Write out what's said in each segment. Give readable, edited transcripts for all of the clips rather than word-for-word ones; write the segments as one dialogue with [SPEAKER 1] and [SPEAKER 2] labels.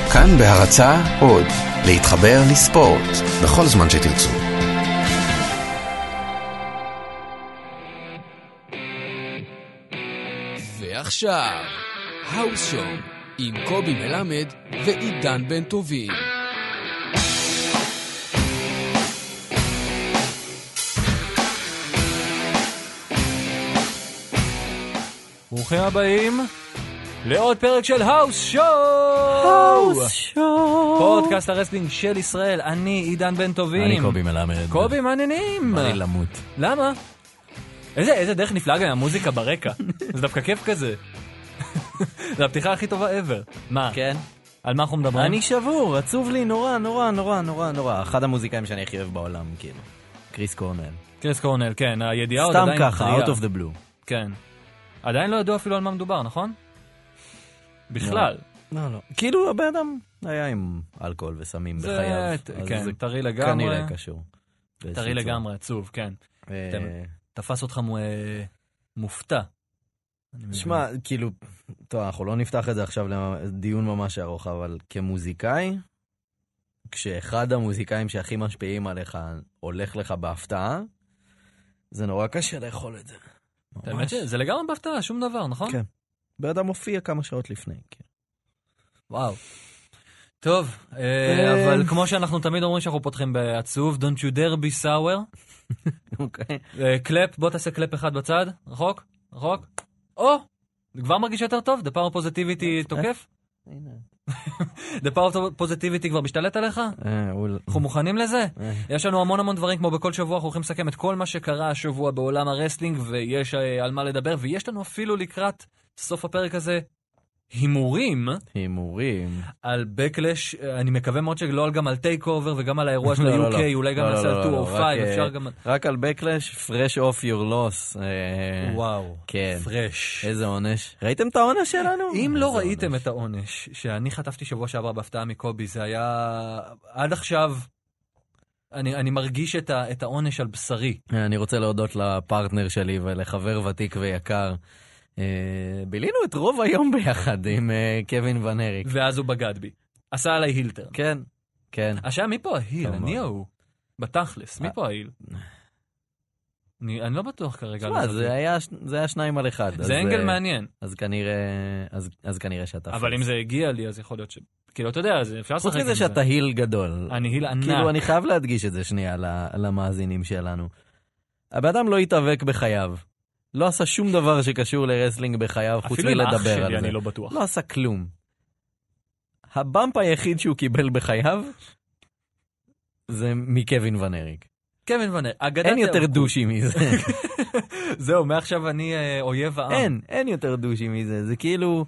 [SPEAKER 1] כאן בהרצאה עוד, להתחבר לספורט, בכל זמן שתרצו.
[SPEAKER 2] ועכשיו, האוס שואו, עם קובי מלמד ועידן בן טובים.
[SPEAKER 3] ברוכים הבאים לעוד פרק של האוס שואו!
[SPEAKER 4] האוס שואו!
[SPEAKER 3] פודקאסט הרסלינג של ישראל, אני עידן בן טובים.
[SPEAKER 4] אני קובי מלמד.
[SPEAKER 3] קובי, מעניינים.
[SPEAKER 4] בא לי למות.
[SPEAKER 3] למה? איזה דרך נפלאה גם המוזיקה ברקע. זה דווקא כיף כזה. זה הפתיחה הכי טובה ever. מה?
[SPEAKER 4] כן?
[SPEAKER 3] על מה אנחנו מדברים?
[SPEAKER 4] אני שבור, עצוב לי נורא. אחד המוזיקאים שאני הכי אוהב בעולם, כאילו. קריס קורנל.
[SPEAKER 3] קריס קורנל, כן. הידיעה עוד
[SPEAKER 4] סתם
[SPEAKER 3] עדיין
[SPEAKER 4] ככה,
[SPEAKER 3] טריה.
[SPEAKER 4] out of the blue.
[SPEAKER 3] כן. עדיין לא ידעו אפילו על מה מדובר, נכון? בכלל.
[SPEAKER 4] לא. כאילו הבן אדם היה עם אלכוהול וסמים בחייו.
[SPEAKER 3] כן,
[SPEAKER 4] זה
[SPEAKER 3] טרי לגמרי.
[SPEAKER 4] כנראה קשור.
[SPEAKER 3] טרי לגמרי, עצוב, כן. תפס אותך מופתע.
[SPEAKER 4] שמע, כאילו, טוב, אנחנו לא נפתח את זה עכשיו לדיון ממש ארוך, אבל כמוזיקאי, כשאחד המוזיקאים שהכי משפיעים עליך הולך לך בהפתעה, זה נורא קשה לאכול את זה.
[SPEAKER 3] האמת שזה לגמרי בהפתעה, שום דבר, נכון?
[SPEAKER 4] כן. באדם מופיע כמה שעות לפני, כן.
[SPEAKER 3] וואו. טוב, אבל כמו שאנחנו תמיד אומרים שאנחנו פותחים בעצוב, don't you dare be sour.
[SPEAKER 4] אוקיי.
[SPEAKER 3] קלפ, בוא תעשה קלפ אחד בצד, רחוק. או, כבר מרגיש יותר טוב? The power positivity תוקף?
[SPEAKER 4] הנה.
[SPEAKER 3] The power positivity כבר משתלט עליך? אנחנו מוכנים לזה? יש לנו המון דברים, כמו בכל שבוע אנחנו הולכים לסכם את כל מה שקרה השבוע בעולם הרסלינג, ויש על מה לדבר, ויש לנו אפילו לקראת סוף הפרק הזה הימורים על בקלש. אני מקווה מאוד שלא גם על טייק אובר וגם על האירוע של ה-UK, אולי גם נעשה על 205, אפשר גם...
[SPEAKER 4] רק על בקלש, fresh off your loss.
[SPEAKER 3] וואו,
[SPEAKER 4] כן.
[SPEAKER 3] פרש.
[SPEAKER 4] איזה עונש. ראיתם את העונש שלנו?
[SPEAKER 3] אם לא ראיתם את העונש שאני חטפתי שבוע שעבר בהפתעה מקובי, זה היה עד עכשיו... אני מרגיש את העונש על בשרי.
[SPEAKER 4] אני רוצה להודות לפרטנר שלי ולחבר ותיק ויקר. בילינו את רוב היום ביחד עם קווין ונריק.
[SPEAKER 3] ואז הוא בגד בי. עשה עליי הילטר.
[SPEAKER 4] כן.
[SPEAKER 3] עכשיו, מי פה ההיל? אני ההוא. בתכלס, מי פה ההיל? אני לא בטוח כרגע.
[SPEAKER 4] זה היה 2 על 1.
[SPEAKER 3] זה אנגל מעניין.
[SPEAKER 4] אז כנראה שאתה...
[SPEAKER 3] אבל אם זה הגיע לי, אז יכול להיות ש... כאילו, אתה יודע, אפשר לשחק עם זה.
[SPEAKER 4] חוץ מזה שאתה היל גדול.
[SPEAKER 3] אני היל ענק.
[SPEAKER 4] כאילו, אני חייב להדגיש את זה שנייה למאזינים שלנו. הבן לא התאבק בחייו. לא עשה שום דבר שקשור לרסלינג בחייו, חוץ מלדבר על זה.
[SPEAKER 3] אפילו עם אח שלי אני לא בטוח.
[SPEAKER 4] לא עשה כלום. הבאמפ היחיד שהוא קיבל בחייו, זה מקווין ונריק.
[SPEAKER 3] קווין ונריק.
[SPEAKER 4] אין יותר דושי מזה.
[SPEAKER 3] זהו, מעכשיו אני אויב העם.
[SPEAKER 4] אין יותר דושי מזה. זה כאילו,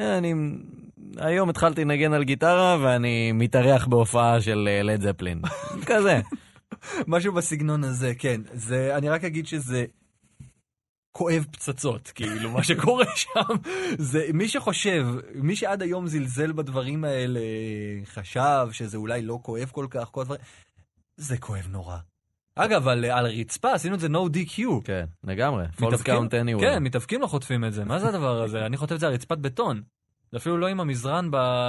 [SPEAKER 4] היום התחלתי לנגן על גיטרה, ואני מתארח בהופעה של לד זפלין. כזה.
[SPEAKER 3] משהו בסגנון הזה, כן. אני רק אגיד שזה... כואב פצצות, כאילו, מה שקורה שם. זה, מי שעד היום זלזל בדברים האלה, חשב שזה אולי לא כואב כל כך, כל הדברים, זה כואב נורא. אגב, על רצפה, עשינו את זה no DQ.
[SPEAKER 4] כן, לגמרי. False count anyway.
[SPEAKER 3] כן, מתאבקים לא חוטפים את זה. מה זה הדבר הזה? אני חוטף את זה על רצפת בטון. זה אפילו לא עם המזרן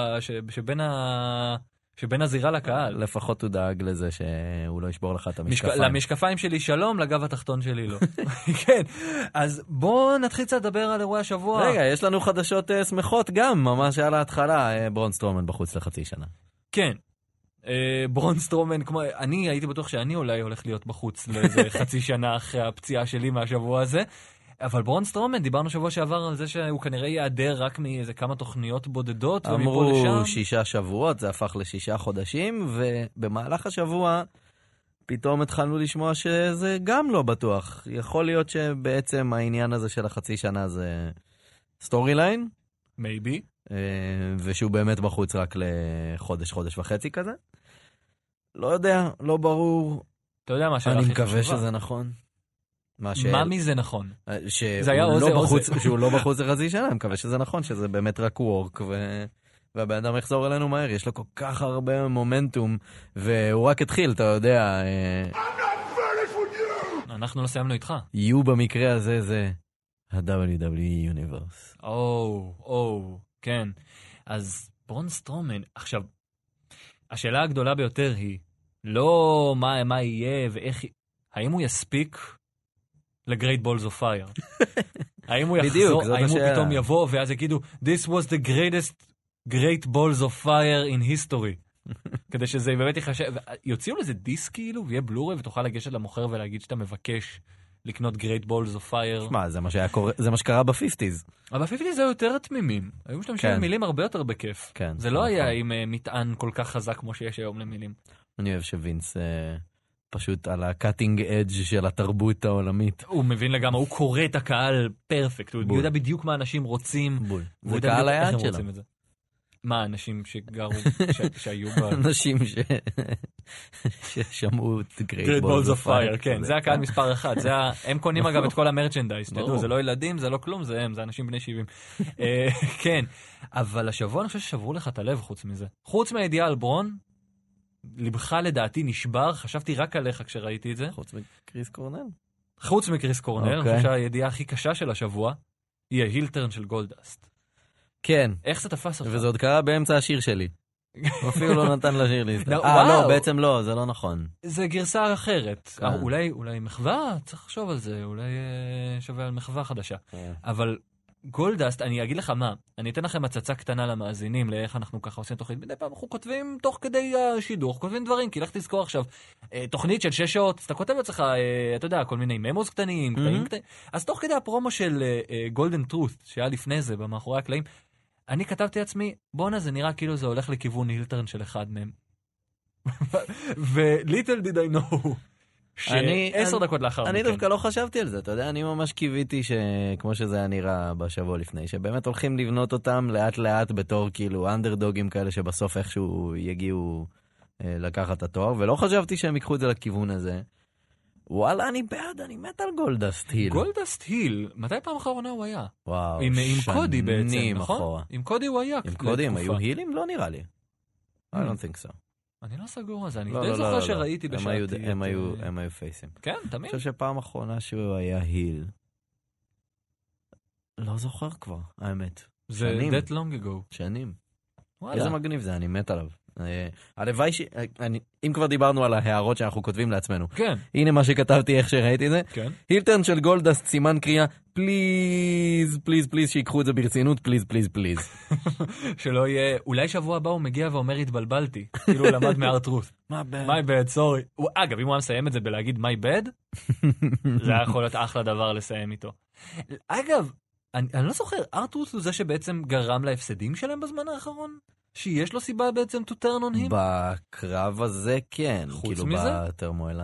[SPEAKER 3] שבין הזירה לקהל.
[SPEAKER 4] לפחות הוא דאג לזה שהוא לא ישבור לך את המשקפיים.
[SPEAKER 3] למשקפיים שלי שלום, לגב התחתון שלי לא. כן, אז בואו נתחיל קצת לדבר על אירועי השבוע.
[SPEAKER 4] רגע, יש לנו חדשות שמחות גם, ממש על ההתחלה, ברון סטרומן בחוץ לחצי שנה.
[SPEAKER 3] כן, ברון סטרומן, אני הייתי בטוח שאני אולי הולך להיות בחוץ לאיזה חצי שנה אחרי הפציעה שלי מהשבוע הזה, אבל ברון סטרומן, דיברנו שבוע שעבר על זה שהוא כנראה יעדר רק מאיזה כמה תוכניות בודדות.
[SPEAKER 4] אמרו 6 שבועות, זה הפך ל6 חודשים, ובמהלך השבוע פתאום התחלנו לשמוע שזה גם לא בטוח. יכול להיות שבעצם העניין הזה של החצי שנה זה סטורי ליין.
[SPEAKER 3] maybe.
[SPEAKER 4] ושהוא באמת בחוץ רק לחודש, חודש וחצי כזה. לא יודע, לא ברור.
[SPEAKER 3] אתה יודע מה שאלה
[SPEAKER 4] אני
[SPEAKER 3] הכי
[SPEAKER 4] מקווה
[SPEAKER 3] חשובה.
[SPEAKER 4] שזה נכון.
[SPEAKER 3] מה מזה נכון?
[SPEAKER 4] שהוא לא בחוץ לחצי שנה, אני מקווה שזה נכון, שזה באמת רק וורק, והבן אדם יחזור אלינו מהר, יש לו כל כך הרבה מומנטום, והוא רק התחיל, אתה יודע.
[SPEAKER 3] אנחנו לא סיימנו איתך.
[SPEAKER 4] יהיו במקרה הזה זה ה-WWE Universe.
[SPEAKER 3] כן. אז ברון סטרומן, עכשיו, השאלה הגדולה ביותר היא, לא מה יהיה ואיך, האם הוא יספיק לגרייט בולס אוף פייר? האם הוא יחזור, האם הוא פתאום יבוא, ואז יגידו, This was the great balls of fire in history. כדי שזה באמת יחשב, יוציאו לזה דיסק כאילו, ויהיה בלורי, ותוכל לגשת למוכר ולהגיד שאתה מבקש לקנות great balls of fire.
[SPEAKER 4] שמע, זה מה שקרה ב-50s.
[SPEAKER 3] אבל ב-50s זה יותר תמימים. היו משתמשים במילים הרבה יותר בכיף. זה לא היה עם מטען כל כך חזק כמו שיש היום למילים.
[SPEAKER 4] אני אוהב שווינס פשוט על ה-cutting edge של התרבות העולמית.
[SPEAKER 3] הוא מבין לגמרי, הוא קורא את הקהל פרפקט, הוא יודע בדיוק מה אנשים רוצים.
[SPEAKER 4] זה קהל היעד שלו.
[SPEAKER 3] מה, אנשים שגרו, שהיו בה...
[SPEAKER 4] אנשים ששמעו את
[SPEAKER 3] Great Balls of Fire, כן, זה הקהל מספר 1. הם קונים אגב את כל המרצ'נדייז, תדעו, זה לא ילדים, זה לא כלום, זה הם, זה אנשים בני 70. כן, אבל השבוע אני חושב ששברו לך את הלב חוץ מזה. חוץ מהידיעה על ברון, לבך לדעתי נשבר, חשבתי רק עליך כשראיתי את זה.
[SPEAKER 4] חוץ מקריס קורנל.
[SPEAKER 3] חוץ מקריס קורנל, אני חושב שהידיעה הכי קשה של השבוע, היא ההילטרן של גולדאסט.
[SPEAKER 4] כן.
[SPEAKER 3] איך זה תפס אותך?
[SPEAKER 4] וזה עוד קרה באמצע השיר שלי. אפילו לא נתן לשיר לי. לא, בעצם לא, זה לא נכון.
[SPEAKER 3] זה גרסה אחרת. אולי מחווה, צריך לחשוב על זה, אולי שווה על מחווה חדשה. אבל גולדאסט, אני אגיד לך מה, אני אתן לכם הצצה קטנה למאזינים, לאיך אנחנו ככה עושים תוכנית. מדי פעם אנחנו כותבים תוך כדי השידור, כותבים דברים, כי לך תזכור עכשיו, תוכנית של 6 שעות, אז אתה כותב אצלך, אתה יודע, כל מיני ממוס קטנים, קטעים קטעים. אז תוך כדי הפרומו של גולדן טרות, שהיה לפני זה, במאחורי הקלעים, אני כתבתי לעצמי, בונה, זה נראה כאילו זה הולך לכיוון הילטרן של אחד מהם. וליטל דיד I know, ש10 דקות לאחר מכן.
[SPEAKER 4] אני דווקא לא חשבתי על זה, אתה יודע, אני ממש קיוויתי שכמו שזה היה נראה בשבוע לפני, שבאמת הולכים לבנות אותם לאט לאט בתור כאילו אנדרדוגים כאלה שבסוף איכשהו יגיעו לקחת את התואר, ולא חשבתי שהם ייקחו את זה לכיוון הזה. וואלה, אני בעד, אני מת על גולדאסט היל.
[SPEAKER 3] גולדאסט היל, מתי פעם אחרונה הוא היה?
[SPEAKER 4] וואו,
[SPEAKER 3] עם קודי בעצם,
[SPEAKER 4] שנים
[SPEAKER 3] נכון?
[SPEAKER 4] אחורה.
[SPEAKER 3] עם קודי הוא היה.
[SPEAKER 4] עם קודי הם היו הילים? לא נראה לי. I don't think so.
[SPEAKER 3] אני לא סגור על זה, אני די זוכר שראיתי בשעתי.
[SPEAKER 4] הם היו פייסים.
[SPEAKER 3] כן, תמיד.
[SPEAKER 4] אני חושב שפעם אחרונה שהוא היה היל. לא זוכר כבר, האמת.
[SPEAKER 3] זה that long ago.
[SPEAKER 4] שנים. איזה מגניב זה, אני מת עליו. הלוואי אם כבר דיברנו על ההערות שאנחנו כותבים לעצמנו.
[SPEAKER 3] כן.
[SPEAKER 4] הנה מה שכתבתי איך שראיתי את זה.
[SPEAKER 3] כן.
[SPEAKER 4] הילטרן של גולדאסט, סימן קריאה, פליז, פליז, פליז, שיקחו את זה ברצינות, פליז, פליז, פליז.
[SPEAKER 3] שלא יהיה, אולי שבוע הבא הוא מגיע ואומר התבלבלתי, כאילו הוא למד מהארטרוס. My bad, sorry. אגב, אם הוא היה מסיים את זה בלהגיד my bad, זה יכול להיות אחלה דבר לסיים איתו. אגב, אני לא זוכר, ארטרוס הוא זה שבעצם גרם להפסדים שלהם בזמן האחרון? שיש לו סיבה בעצם to turn on him?
[SPEAKER 4] בקרב הזה כן.
[SPEAKER 3] חוץ
[SPEAKER 4] כאילו
[SPEAKER 3] מזה?
[SPEAKER 4] בטרמואל,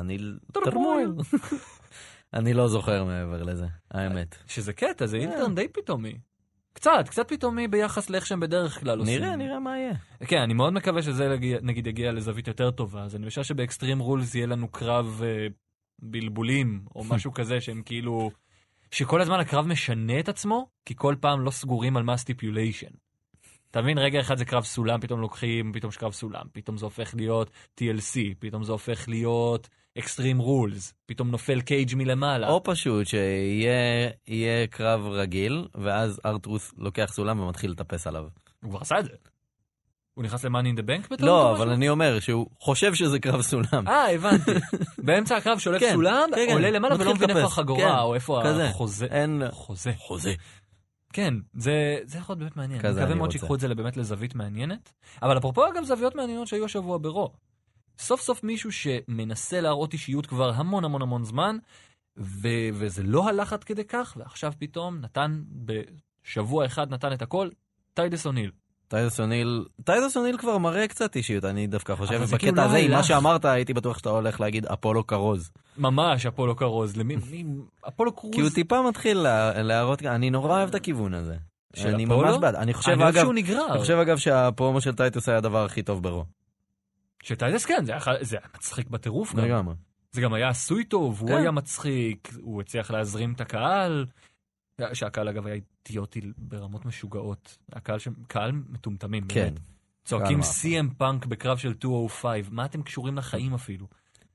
[SPEAKER 4] אני לא זוכר מעבר לזה, האמת.
[SPEAKER 3] שזה קטע, זה אילטרן די פתאומי. קצת פתאומי ביחס לאיך שהם בדרך כלל עושים.
[SPEAKER 4] נראה מה יהיה.
[SPEAKER 3] כן, אני מאוד מקווה שזה נגיד יגיע לזווית יותר טובה, אז אני חושב שבאקסטרים רולס יהיה לנו קרב בלבולים, או משהו כזה שהם כאילו, שכל הזמן הקרב משנה את עצמו, כי כל פעם לא סגורים על מה סטיפוליישן. אתה מבין, רגע אחד זה קרב סולם, פתאום לוקחים, פתאום שקרב סולם, פתאום זה הופך להיות TLC, פתאום זה הופך להיות Extreme Rules, פתאום נופל קייג' מלמעלה.
[SPEAKER 4] או פשוט שיהיה קרב רגיל, ואז ארטרוס לוקח סולם ומתחיל לטפס עליו.
[SPEAKER 3] הוא כבר עשה את זה. הוא נכנס ל-Money in the Bank בתור?
[SPEAKER 4] לא, אבל אני אומר שהוא חושב שזה קרב סולם.
[SPEAKER 3] הבנתי. באמצע הקרב שולף סולם, עולה למעלה ולא מבין איפה החגורה, או איפה החוזה. חוזה. כן, זה יכול להיות באמת מעניין. אני מקווה מאוד שיקחו את זה באמת לזווית מעניינת. אבל אפרופו גם זוויות מעניינות שהיו השבוע ברו. סוף סוף מישהו שמנסה להראות אישיות כבר המון המון המון זמן, וזה לא הלך עד כדי כך, ועכשיו פתאום נתן, בשבוע אחד נתן את הכל, טיידס אוניל.
[SPEAKER 4] טיידס אוניל כבר מראה קצת אישיות, אני דווקא חושב, בקטע הזה, עם מה שאמרת, הייתי בטוח שאתה הולך להגיד אפולו קרוז.
[SPEAKER 3] ממש אפולו קרוז, למי? אפולו קרוז?
[SPEAKER 4] כי הוא טיפה מתחיל להראות, אני נורא אוהב את הכיוון הזה.
[SPEAKER 3] אני ממש בעד.
[SPEAKER 4] אני חושב אגב שהפרומו של טייטוס היה הדבר הכי טוב ברו.
[SPEAKER 3] של טייטוס כן, זה היה מצחיק בטירוף גם. זה גם היה עשוי טוב, הוא היה מצחיק, הוא הצליח להזרים את הקהל, שהקהל אגב היה אידיוטי ברמות משוגעות. קהל מטומטמים, באמת. צועקים CM פאנק בקרב של 205, מה אתם קשורים לחיים אפילו?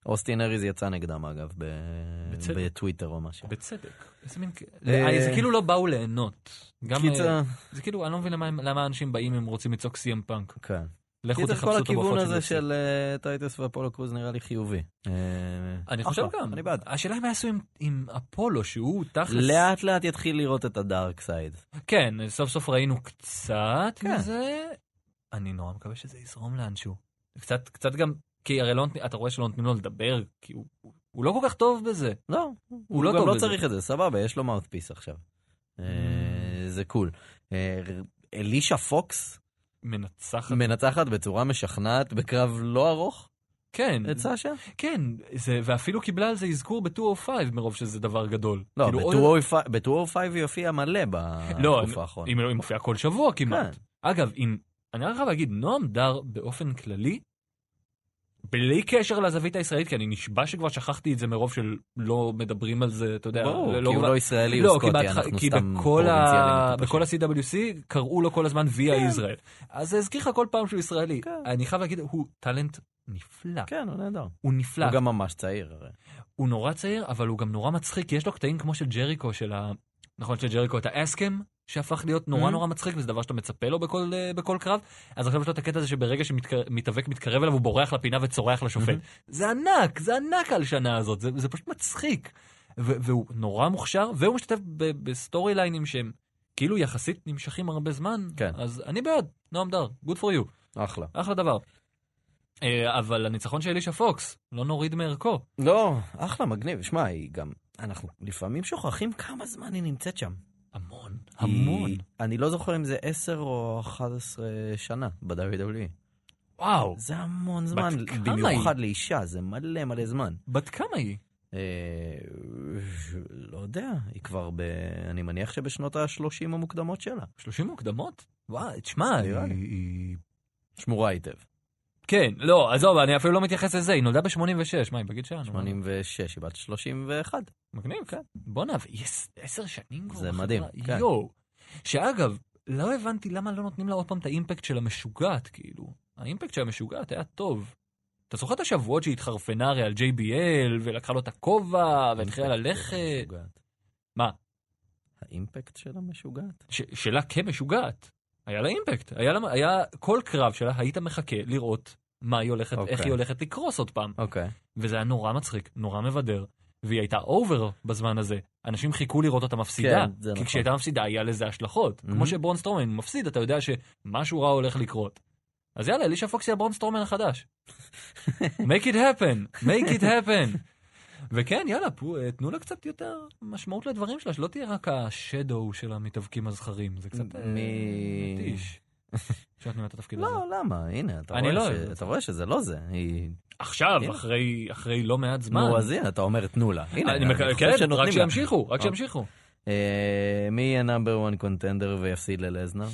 [SPEAKER 4] אוסטין אריז יצא נגדם, אגב, בטוויטר או משהו.
[SPEAKER 3] בצדק. זה כאילו לא באו ליהנות. זה כאילו, אני לא מבין למה אנשים באים אם רוצים לצעוק סי.אם פאנק.
[SPEAKER 4] כן.
[SPEAKER 3] לכו תחפשו
[SPEAKER 4] כל
[SPEAKER 3] אותו בהופעות
[SPEAKER 4] הכיוון
[SPEAKER 3] של
[SPEAKER 4] הזה
[SPEAKER 3] יוסי.
[SPEAKER 4] של טייטוס ואפולו קרוז נראה לי חיובי.
[SPEAKER 3] אני חושב גם.
[SPEAKER 4] אני בעד.
[SPEAKER 3] השאלה אם יעשו עם אפולו, שהוא תכלס...
[SPEAKER 4] לאט לאט יתחיל לראות את הדארק סייד.
[SPEAKER 3] כן, סוף סוף ראינו קצת מזה. אני נורא מקווה שזה יזרום לאנשהו. קצת גם, כי הרי אתה רואה שלא נותנים לו לדבר, כי הוא לא כל כך טוב בזה.
[SPEAKER 4] לא, הוא גם לא צריך את זה, סבבה, יש לו מאות'פיס עכשיו. זה קול. אלישה פוקס מנצחת בצורה משכנעת בקרב לא ארוך?
[SPEAKER 3] כן.
[SPEAKER 4] את סאשה?
[SPEAKER 3] כן, ואפילו קיבלה על זה אזכור ב-205 מרוב שזה דבר גדול.
[SPEAKER 4] לא, ב-205 היא הופיעה מלא בתקופה האחרונה.
[SPEAKER 3] היא מופיעה כל שבוע כמעט. אגב, אני רק חייב להגיד, נועם דר באופן כללי, בלי קשר לזווית הישראלית, כי אני נשבע שכבר שכחתי את זה מרוב של לא מדברים על זה, אתה יודע.
[SPEAKER 4] ברור, כי הוא לא ישראלי, הוא סקוטי, אנחנו סתם פרובינציאלים.
[SPEAKER 3] בכל ה-CWC קראו לו כל הזמן ויה ישראל. אז זה הזכיר לך כל פעם שהוא ישראלי. אני חייב להגיד, הוא טלנט נפלא.
[SPEAKER 4] כן, הוא נהדר.
[SPEAKER 3] הוא נפלא.
[SPEAKER 4] הוא גם ממש צעיר.
[SPEAKER 3] הוא נורא צעיר, אבל הוא גם נורא מצחיק, כי יש לו קטעים כמו של ג'ריקו, נכון, של ג'ריקו, את האסקם, שהפך להיות נורא נורא מצחיק, וזה דבר שאתה מצפה לו בכל קרב. אז עכשיו יש לו את הקטע הזה שברגע שמתאבק מתקרב אליו, הוא בורח לפינה וצורח לשופט. זה ענק על שנה הזאת, זה פשוט מצחיק. והוא נורא מוכשר, והוא משתתף בסטורי ליינים שהם כאילו יחסית נמשכים הרבה זמן. אז אני בעד, נועם דר, good for you. אחלה דבר. אבל הניצחון של אלישה פוקס, לא נוריד מערכו.
[SPEAKER 4] לא, אחלה, מגניב. שמע, היא גם, אנחנו לפעמים שוכחים כמה זמן היא נמצאת שם.
[SPEAKER 3] המון.
[SPEAKER 4] אני לא זוכר אם זה 10 או 11 שנה ב-WWE.
[SPEAKER 3] וואו.
[SPEAKER 4] זה המון זמן, במיוחד לאישה, זה מלא זמן.
[SPEAKER 3] בת כמה היא?
[SPEAKER 4] לא יודע, היא כבר אני מניח שבשנות ה-30 המוקדמות שלה.
[SPEAKER 3] 30 מוקדמות? וואו, תשמע, היא
[SPEAKER 4] שמורה היטב.
[SPEAKER 3] כן, לא, עזוב, אני אפילו לא מתייחס לזה, היא נולדה ב-86, מה, היא בגיל שלנו?
[SPEAKER 4] 86, היא בת 31.
[SPEAKER 3] מגניב, כן. בוא נעב, 10 שנים כבר.
[SPEAKER 4] זה מדהים, כן.
[SPEAKER 3] יו. שאגב, לא הבנתי למה לא נותנים לה עוד פעם את האימפקט של המשוגעת, כאילו. האימפקט של המשוגעת היה טוב. אתה זוכר את השבועות שהיא התחרפנה הרי על JBL, ולקחה לו את הכובע, והתחילה ללכת? מה?
[SPEAKER 4] האימפקט של המשוגעת?
[SPEAKER 3] שלה כמשוגעת. היה לה אימפקט. היה כל קרב שלה, היית מחכה לראות מה היא הולכת, איך היא הולכת לקרוס עוד פעם. וזה היה נורא מצחיק, נורא מבדר. והיא הייתה אובר בזמן הזה. אנשים חיכו לראות אותה מפסידה. כי כשהייתה מפסידה, היה לזה השלכות. כמו שברון סטרומן מפסיד, אתה יודע שמשהו רע הולך לקרות. אז יאללה, אלישה פוקס היא הברון סטרומן החדש. make it happen. וכן, יאללה, תנו לה קצת יותר משמעות לדברים שלה, שלא תהיה רק השדו של המתאבקים הזכרים. זה קצת מתיש. שאת נראה את התפקיד הזה.
[SPEAKER 4] לא, למה? הנה, אתה רואה שזה לא זה.
[SPEAKER 3] עכשיו, אחרי לא מעט זמן.
[SPEAKER 4] נו, אז הנה, אתה אומר, תנו לה.
[SPEAKER 3] כן, רק שימשיכו.
[SPEAKER 4] מי יהיה נאמבר 1 קונטנדר ויפסיד ללזנר?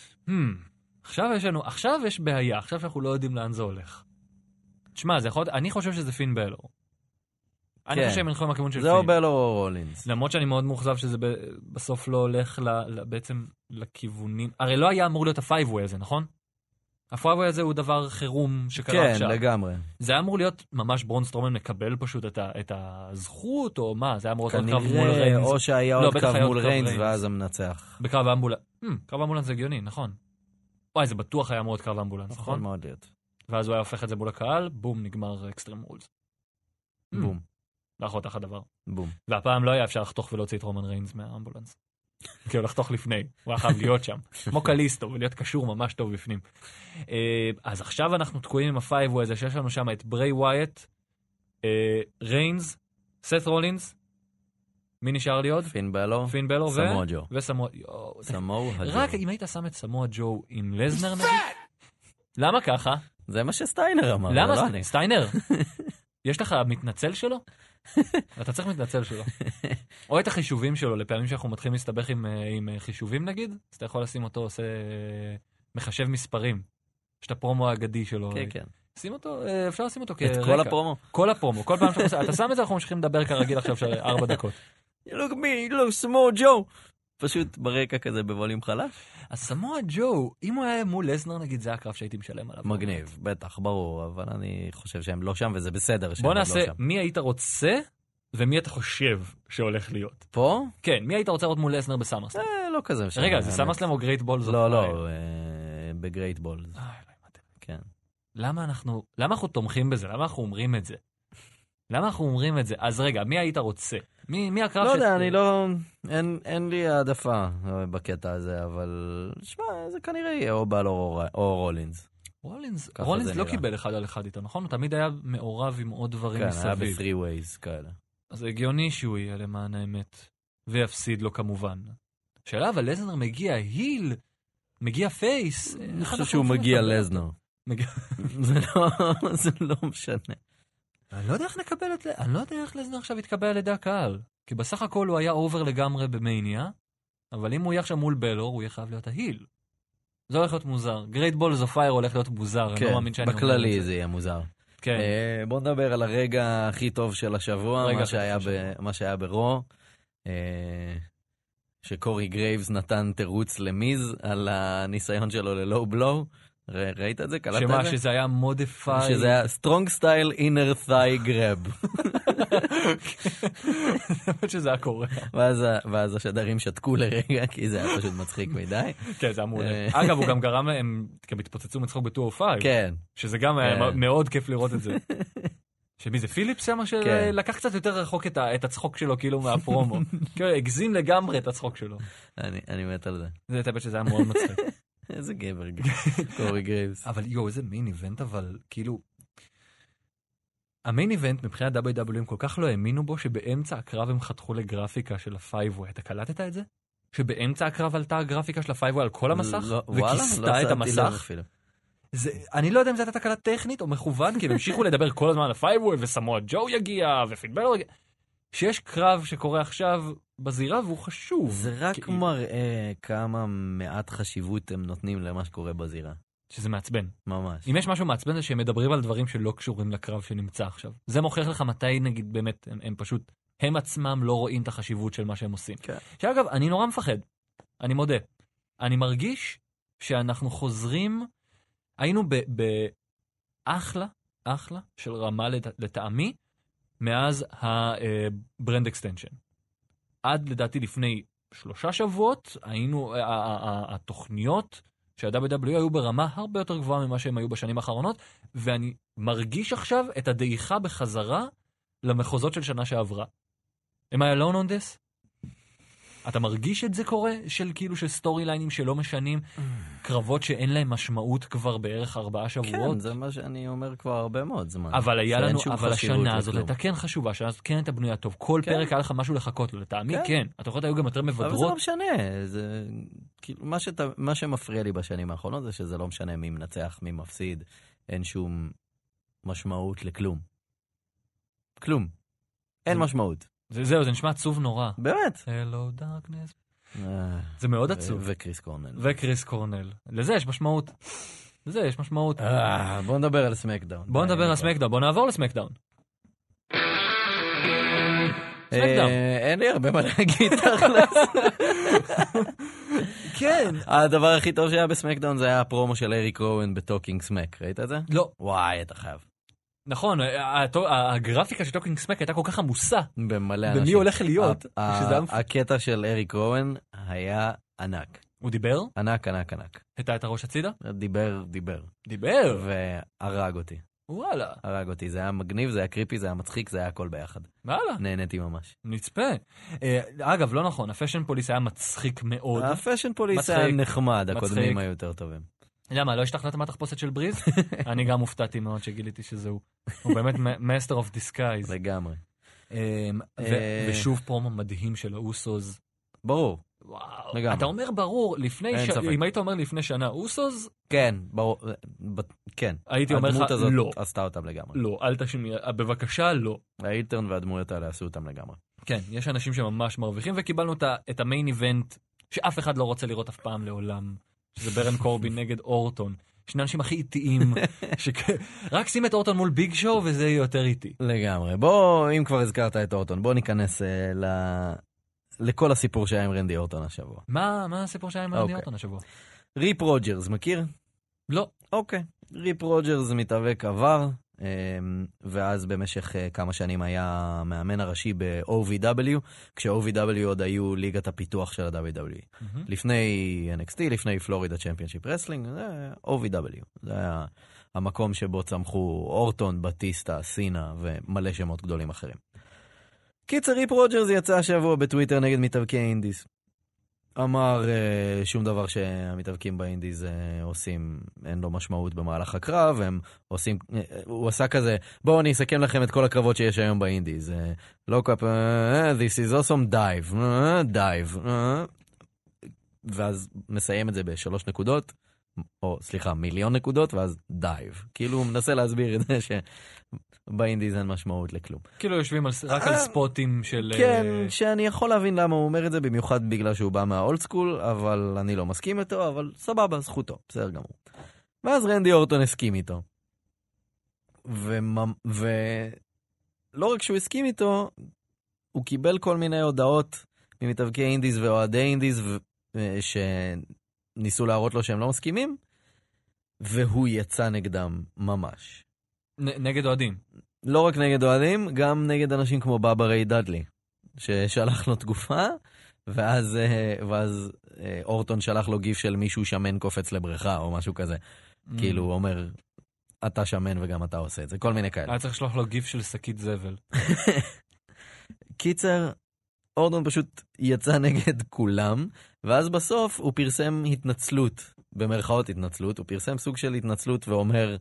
[SPEAKER 3] עכשיו יש בעיה, עכשיו שאנחנו לא יודעים לאן זה הולך. תשמע, אני חושב שזה פין בלור. אני חושב שהם ילכו עם הכיוון של פין.
[SPEAKER 4] זה או בלור או רולינס.
[SPEAKER 3] למרות שאני מאוד מאוכזב שזה בסוף לא הולך בעצם לכיוונים. הרי לא היה אמור להיות ה-5-way הזה, נכון? ה-5-way הזה הוא דבר חירום שקרה עכשיו.
[SPEAKER 4] כן, לגמרי.
[SPEAKER 3] זה היה אמור להיות ממש ברון סטרומן מקבל פשוט את הזכות, או מה? זה היה אמור להיות קרב מול ריינס.
[SPEAKER 4] או שהיה עוד קרב מול ריינס ואז המנצח.
[SPEAKER 3] בקרב אמבולנס. קרב אמבולנס זה הגיוני, נכון. וואי, זה בטוח היה אמור להיות קרב אמבולנס, נכון?
[SPEAKER 4] נכון מאוד להיות.
[SPEAKER 3] ואז הוא היה הופך את זה מול הקהל, בום, נגמר אקסטרים רולס.
[SPEAKER 4] בום.
[SPEAKER 3] לאחות אחת דבר.
[SPEAKER 4] בום.
[SPEAKER 3] והפעם לא היה אפשר לחתוך ולהוציא את רומן ריינס מהאמבולנס. כי הוא לחתוך לפני, הוא היה חייב להיות שם. כמו קליסטו, ולהיות קשור ממש טוב בפנים. אז עכשיו אנחנו תקועים עם ה-5-way הזה, שיש לנו שם את ברי ווייט, ריינס, סת רולינס, מי נשאר לי עוד?
[SPEAKER 4] פין בלור,
[SPEAKER 3] סמואה
[SPEAKER 4] ג'ו.
[SPEAKER 3] וסמואה
[SPEAKER 4] ג'ו.
[SPEAKER 3] רק אם היית שם את סמואה ג'ו עם לזנר נגיד? למה ככה?
[SPEAKER 4] זה מה שסטיינר אמר.
[SPEAKER 3] למה סטיינר? יש לך מתנצל שלו? אתה צריך מתנצל שלו. או את החישובים שלו, לפעמים שאנחנו מתחילים להסתבך עם חישובים נגיד, אז אתה יכול לשים אותו, עושה מחשב מספרים. יש את הפרומו האגדי שלו.
[SPEAKER 4] כן, כן.
[SPEAKER 3] שים אותו, אפשר לשים אותו כרקע.
[SPEAKER 4] את כל הפרומו?
[SPEAKER 3] כל הפרומו, כל פעם שאתה שם את זה, אנחנו ממשיכים לדבר כרגיל עכשיו 4 דקות.
[SPEAKER 4] You look at me, you look Samoa Joe. פשוט ברקע כזה בווליום חלש.
[SPEAKER 3] אז סמואה ג'ו, אם הוא היה מול לסנר, נגיד, זה הקרב שהייתי משלם עליו.
[SPEAKER 4] מגניב, בטח, ברור, אבל אני חושב שהם לא שם, וזה בסדר שהם
[SPEAKER 3] בוא
[SPEAKER 4] לא
[SPEAKER 3] נעשה,
[SPEAKER 4] שם.
[SPEAKER 3] מי היית רוצה, ומי אתה חושב שהולך להיות?
[SPEAKER 4] פה?
[SPEAKER 3] כן, מי היית רוצה לראות מול לסנר בסמרסלאם?
[SPEAKER 4] לא כזה משנה.
[SPEAKER 3] רגע, זה סמרסלאם או גרייט בולס?
[SPEAKER 4] לא, בגרייט בולס. כן.
[SPEAKER 3] למה אנחנו תומכים בזה? למה אנחנו אומרים את זה? למה אנחנו אומרים את זה? אז רגע, מי היית רוצה? מי הקרב
[SPEAKER 4] לא יודע, אני לא... אין לי העדפה בקטע הזה, אבל... שמע, זה כנראה יהיה או בלור או רולינס.
[SPEAKER 3] רולינס לא קיבל אחד על אחד איתו, נכון? הוא תמיד היה מעורב עם עוד דברים מסביב.
[SPEAKER 4] כן, היה ב3 ways כאלה.
[SPEAKER 3] אז זה הגיוני שהוא יהיה למען האמת, ויפסיד לו כמובן. שאלה, אבל לזנר מגיע היל, מגיע פייס.
[SPEAKER 4] אני חושב שהוא מגיע לזנר. זה לא משנה.
[SPEAKER 3] אני לא יודע איך לזנר עכשיו יתקבל על ידי הקהל. כי בסך הכל הוא היה אובר לגמרי במאניה, אבל אם הוא יהיה עכשיו מול בלור, הוא יהיה חייב להיות ההיל. זה הולך להיות מוזר. גרייט בולס אוף פייר הולך להיות מוזר, אני לא מאמין שאני אומר את זה.
[SPEAKER 4] בכללי זה יהיה מוזר.
[SPEAKER 3] כן.
[SPEAKER 4] בוא נדבר על הרגע הכי טוב של השבוע, מה שהיה ברו, שקורי גרייבס נתן תירוץ למיז על הניסיון שלו ללואו בלואו. ראית את זה? קלטת את זה?
[SPEAKER 3] שמה שזה היה מודיפיי.
[SPEAKER 4] שזה היה strong style inner thigh grab.
[SPEAKER 3] שזה היה קורה.
[SPEAKER 4] ואז השדרים שתקו לרגע, כי זה היה פשוט מצחיק מדי.
[SPEAKER 3] כן, זה אמור. אגב, הוא גם גרם להם, כי התפוצצו מצחוק ב-205.
[SPEAKER 4] כן.
[SPEAKER 3] שזה גם היה מאוד כיף לראות את זה. שמי זה פיליפס שמה שלקח קצת יותר רחוק את הצחוק שלו כאילו מהפרומו. כאילו הגזים לגמרי את הצחוק שלו.
[SPEAKER 4] אני מת על זה.
[SPEAKER 3] זה הייתה שזה היה מאוד מצחיק.
[SPEAKER 4] איזה גבר, קורי גרייבס.
[SPEAKER 3] אבל איזה מיין איבנט, אבל כאילו... המיין איבנט מבחינת WWE הם כל כך לא האמינו בו, שבאמצע הקרב הם חתכו לגרפיקה של ה-5-way. אתה קלטת את זה? שבאמצע הקרב עלתה הגרפיקה של ה-5-way על כל המסך, וכיסתה את המסך. אני לא יודע אם זה הייתה תקלה טכנית או מכוון, כי הם המשיכו לדבר כל הזמן על ה-5-way, וסמואה ג'ו יגיע, ופיל בלור יגיע. שיש קרב שקורה עכשיו בזירה, והוא חשוב.
[SPEAKER 4] זה רק מראה כמה מעט חשיבות הם נותנים למה שקורה בזירה.
[SPEAKER 3] שזה מעצבן.
[SPEAKER 4] ממש.
[SPEAKER 3] אם יש משהו מעצבן זה שהם מדברים על דברים שלא קשורים לקרב שנמצא עכשיו. זה מוכיח לך מתי נגיד באמת, הם פשוט, הם עצמם לא רואים את החשיבות של מה שהם עושים.
[SPEAKER 4] כן.
[SPEAKER 3] שאגב, אני נורא מפחד. אני מודה. אני מרגיש שאנחנו חוזרים, היינו אחלה של רמה לטעמי, מאז הברנד אקסטנשן. עד לדעתי לפני 3 שבועות, היינו, התוכניות שה-WWE היו ברמה הרבה יותר גבוהה ממה שהם היו בשנים האחרונות, ואני מרגיש עכשיו את הדעיכה בחזרה למחוזות של שנה שעברה. Am I alone on this? אתה מרגיש את זה קורה? של כאילו של סטורי ליינים שלא משנים, קרבות שאין להם משמעות כבר בערך 4 שבועות?
[SPEAKER 4] כן, זה מה שאני אומר כבר הרבה מאוד זמן.
[SPEAKER 3] אבל היה לנו, אבל השנה הזאת הייתה כן חשובה, השנה הזאת כן הייתה בנויה טוב, כל פרק היה לך משהו לחכות לו, לטעמי כן, התוכניות היו גם יותר מבדרות.
[SPEAKER 4] אבל זה לא משנה, זה כאילו, מה שמפריע לי בשנים האחרונות זה שזה לא משנה מי מנצח, מי מפסיד, אין שום משמעות לכלום. כלום. אין משמעות.
[SPEAKER 3] זהו, זה נשמע עצוב נורא.
[SPEAKER 4] באמת?
[SPEAKER 3] Hello darkness. זה מאוד עצוב.
[SPEAKER 4] וקריס קורנל.
[SPEAKER 3] לזה יש משמעות.
[SPEAKER 4] בוא נדבר על סמקדאון.
[SPEAKER 3] בוא נעבור לסמקדאון.
[SPEAKER 4] אין לי הרבה מה להגיד תכלס.
[SPEAKER 3] כן.
[SPEAKER 4] הדבר הכי טוב שהיה בסמקדאון זה היה הפרומו של אריק רואן בטוקינג סמק. ראית את זה?
[SPEAKER 3] לא.
[SPEAKER 4] וואי, אתה חייב.
[SPEAKER 3] נכון, הגרפיקה של טוקינג סמק הייתה כל כך עמוסה.
[SPEAKER 4] במלא אנשים.
[SPEAKER 3] במי הולך להיות.
[SPEAKER 4] הקטע של אריק רואן היה ענק.
[SPEAKER 3] הוא דיבר?
[SPEAKER 4] ענק.
[SPEAKER 3] הייתה את הראש הצידה?
[SPEAKER 4] דיבר. והרג אותי.
[SPEAKER 3] וואלה.
[SPEAKER 4] הרג אותי. זה היה מגניב, זה היה קריפי, זה היה מצחיק, זה היה הכל ביחד.
[SPEAKER 3] וואלה.
[SPEAKER 4] נהניתי ממש.
[SPEAKER 3] נצפה. אגב, לא נכון, הפשן פוליס היה מצחיק מאוד.
[SPEAKER 4] הפשן פוליס היה נחמד, הקודמים היו יותר טובים.
[SPEAKER 3] למה, לא השתכנעת מהתחפושת של בריז? אני גם הופתעתי מאוד שגיליתי שזהו. הוא באמת master of disguise.
[SPEAKER 4] לגמרי.
[SPEAKER 3] ושוב פרומו מדהים של האוסוז.
[SPEAKER 4] ברור.
[SPEAKER 3] וואו. לגמרי. אתה אומר ברור, אם היית אומר לפני שנה אוסוז?
[SPEAKER 4] כן, ברור. כן.
[SPEAKER 3] הייתי אומר לך לא.
[SPEAKER 4] הדמות הזאת עשתה אותם לגמרי.
[SPEAKER 3] לא, אל תשמע, בבקשה לא.
[SPEAKER 4] האילטרן והדמויות האלה עשו אותם לגמרי.
[SPEAKER 3] כן, יש אנשים שממש מרוויחים, וקיבלנו את המיין איבנט שאף אחד לא רוצה לראות אף פעם לעולם. שזה ברן קורבין נגד אורטון. שני אנשים הכי איטיים, רק שים את אורטון מול ביג שואו וזה יהיה יותר איטי.
[SPEAKER 4] לגמרי. בוא, אם כבר הזכרת את אורטון, בוא ניכנס לכל הסיפור שהיה עם רנדי אורטון השבוע.
[SPEAKER 3] מה הסיפור שהיה עם רנדי אורטון השבוע?
[SPEAKER 4] ריפ רוג'רס, מכיר?
[SPEAKER 3] לא.
[SPEAKER 4] אוקיי. ריפ רוג'רס מתאבק עבר, ואז במשך כמה שנים היה מאמן הראשי ב-OVW, כש-OVW עוד היו ליגת הפיתוח של ה-WWE. לפני NXT, לפני פלורידה צ'מפיונשיפ רסלינג, זה OVW. זה היה המקום שבו צמחו אורטון, בטיסטה, סינה ומלא שמות גדולים אחרים. קיצר, ריפ רוג'רס יצא השבוע בטוויטר נגד מתאבקי אינדיז. אמר שום דבר שהמתאבקים באינדיז עושים, אין לו משמעות במהלך הקרב, הם עושים, הוא עשה כזה, בואו אני אסכם לכם את כל הקרבות שיש היום באינדיז. לוקאפ, this is awesome, dive. ואז מסיים את זה ב3 נקודות, או סליחה, 1,000,000 נקודות, ואז דייב. כאילו הוא מנסה להסביר את זה שבאינדיז אין משמעות לכלום.
[SPEAKER 3] כאילו יושבים רק על ספוטים של...
[SPEAKER 4] כן, שאני יכול להבין למה הוא אומר את זה, במיוחד בגלל שהוא בא מהאולד סקול, אבל אני לא מסכים איתו, אבל סבבה, זכותו, בסדר גמור. ואז רנדי אורטון הסכים איתו. ולא רק שהוא הסכים איתו, הוא קיבל כל מיני הודעות ממתאבקי אינדיז ואוהדי אינדיז, ניסו להראות לו שהם לא מסכימים, והוא יצא נגדם ממש.
[SPEAKER 3] נגד אוהדים?
[SPEAKER 4] לא רק נגד אוהדים, גם נגד אנשים כמו בבא ריי דאדלי, ששלח לו תגופה, ואז אורטון שלח לו גיף של מישהו שמן קופץ לבריכה, או משהו כזה. כאילו הוא אומר, אתה שמן וגם אתה עושה את זה, כל מיני כאלה.
[SPEAKER 3] היה צריך לשלוח לו גיף של שקית זבל.
[SPEAKER 4] קיצר, אורטון פשוט יצא נגד כולם, ואז בסוף הוא פרסם התנצלות, במרכאות התנצלות, הוא פרסם סוג של התנצלות ואומר,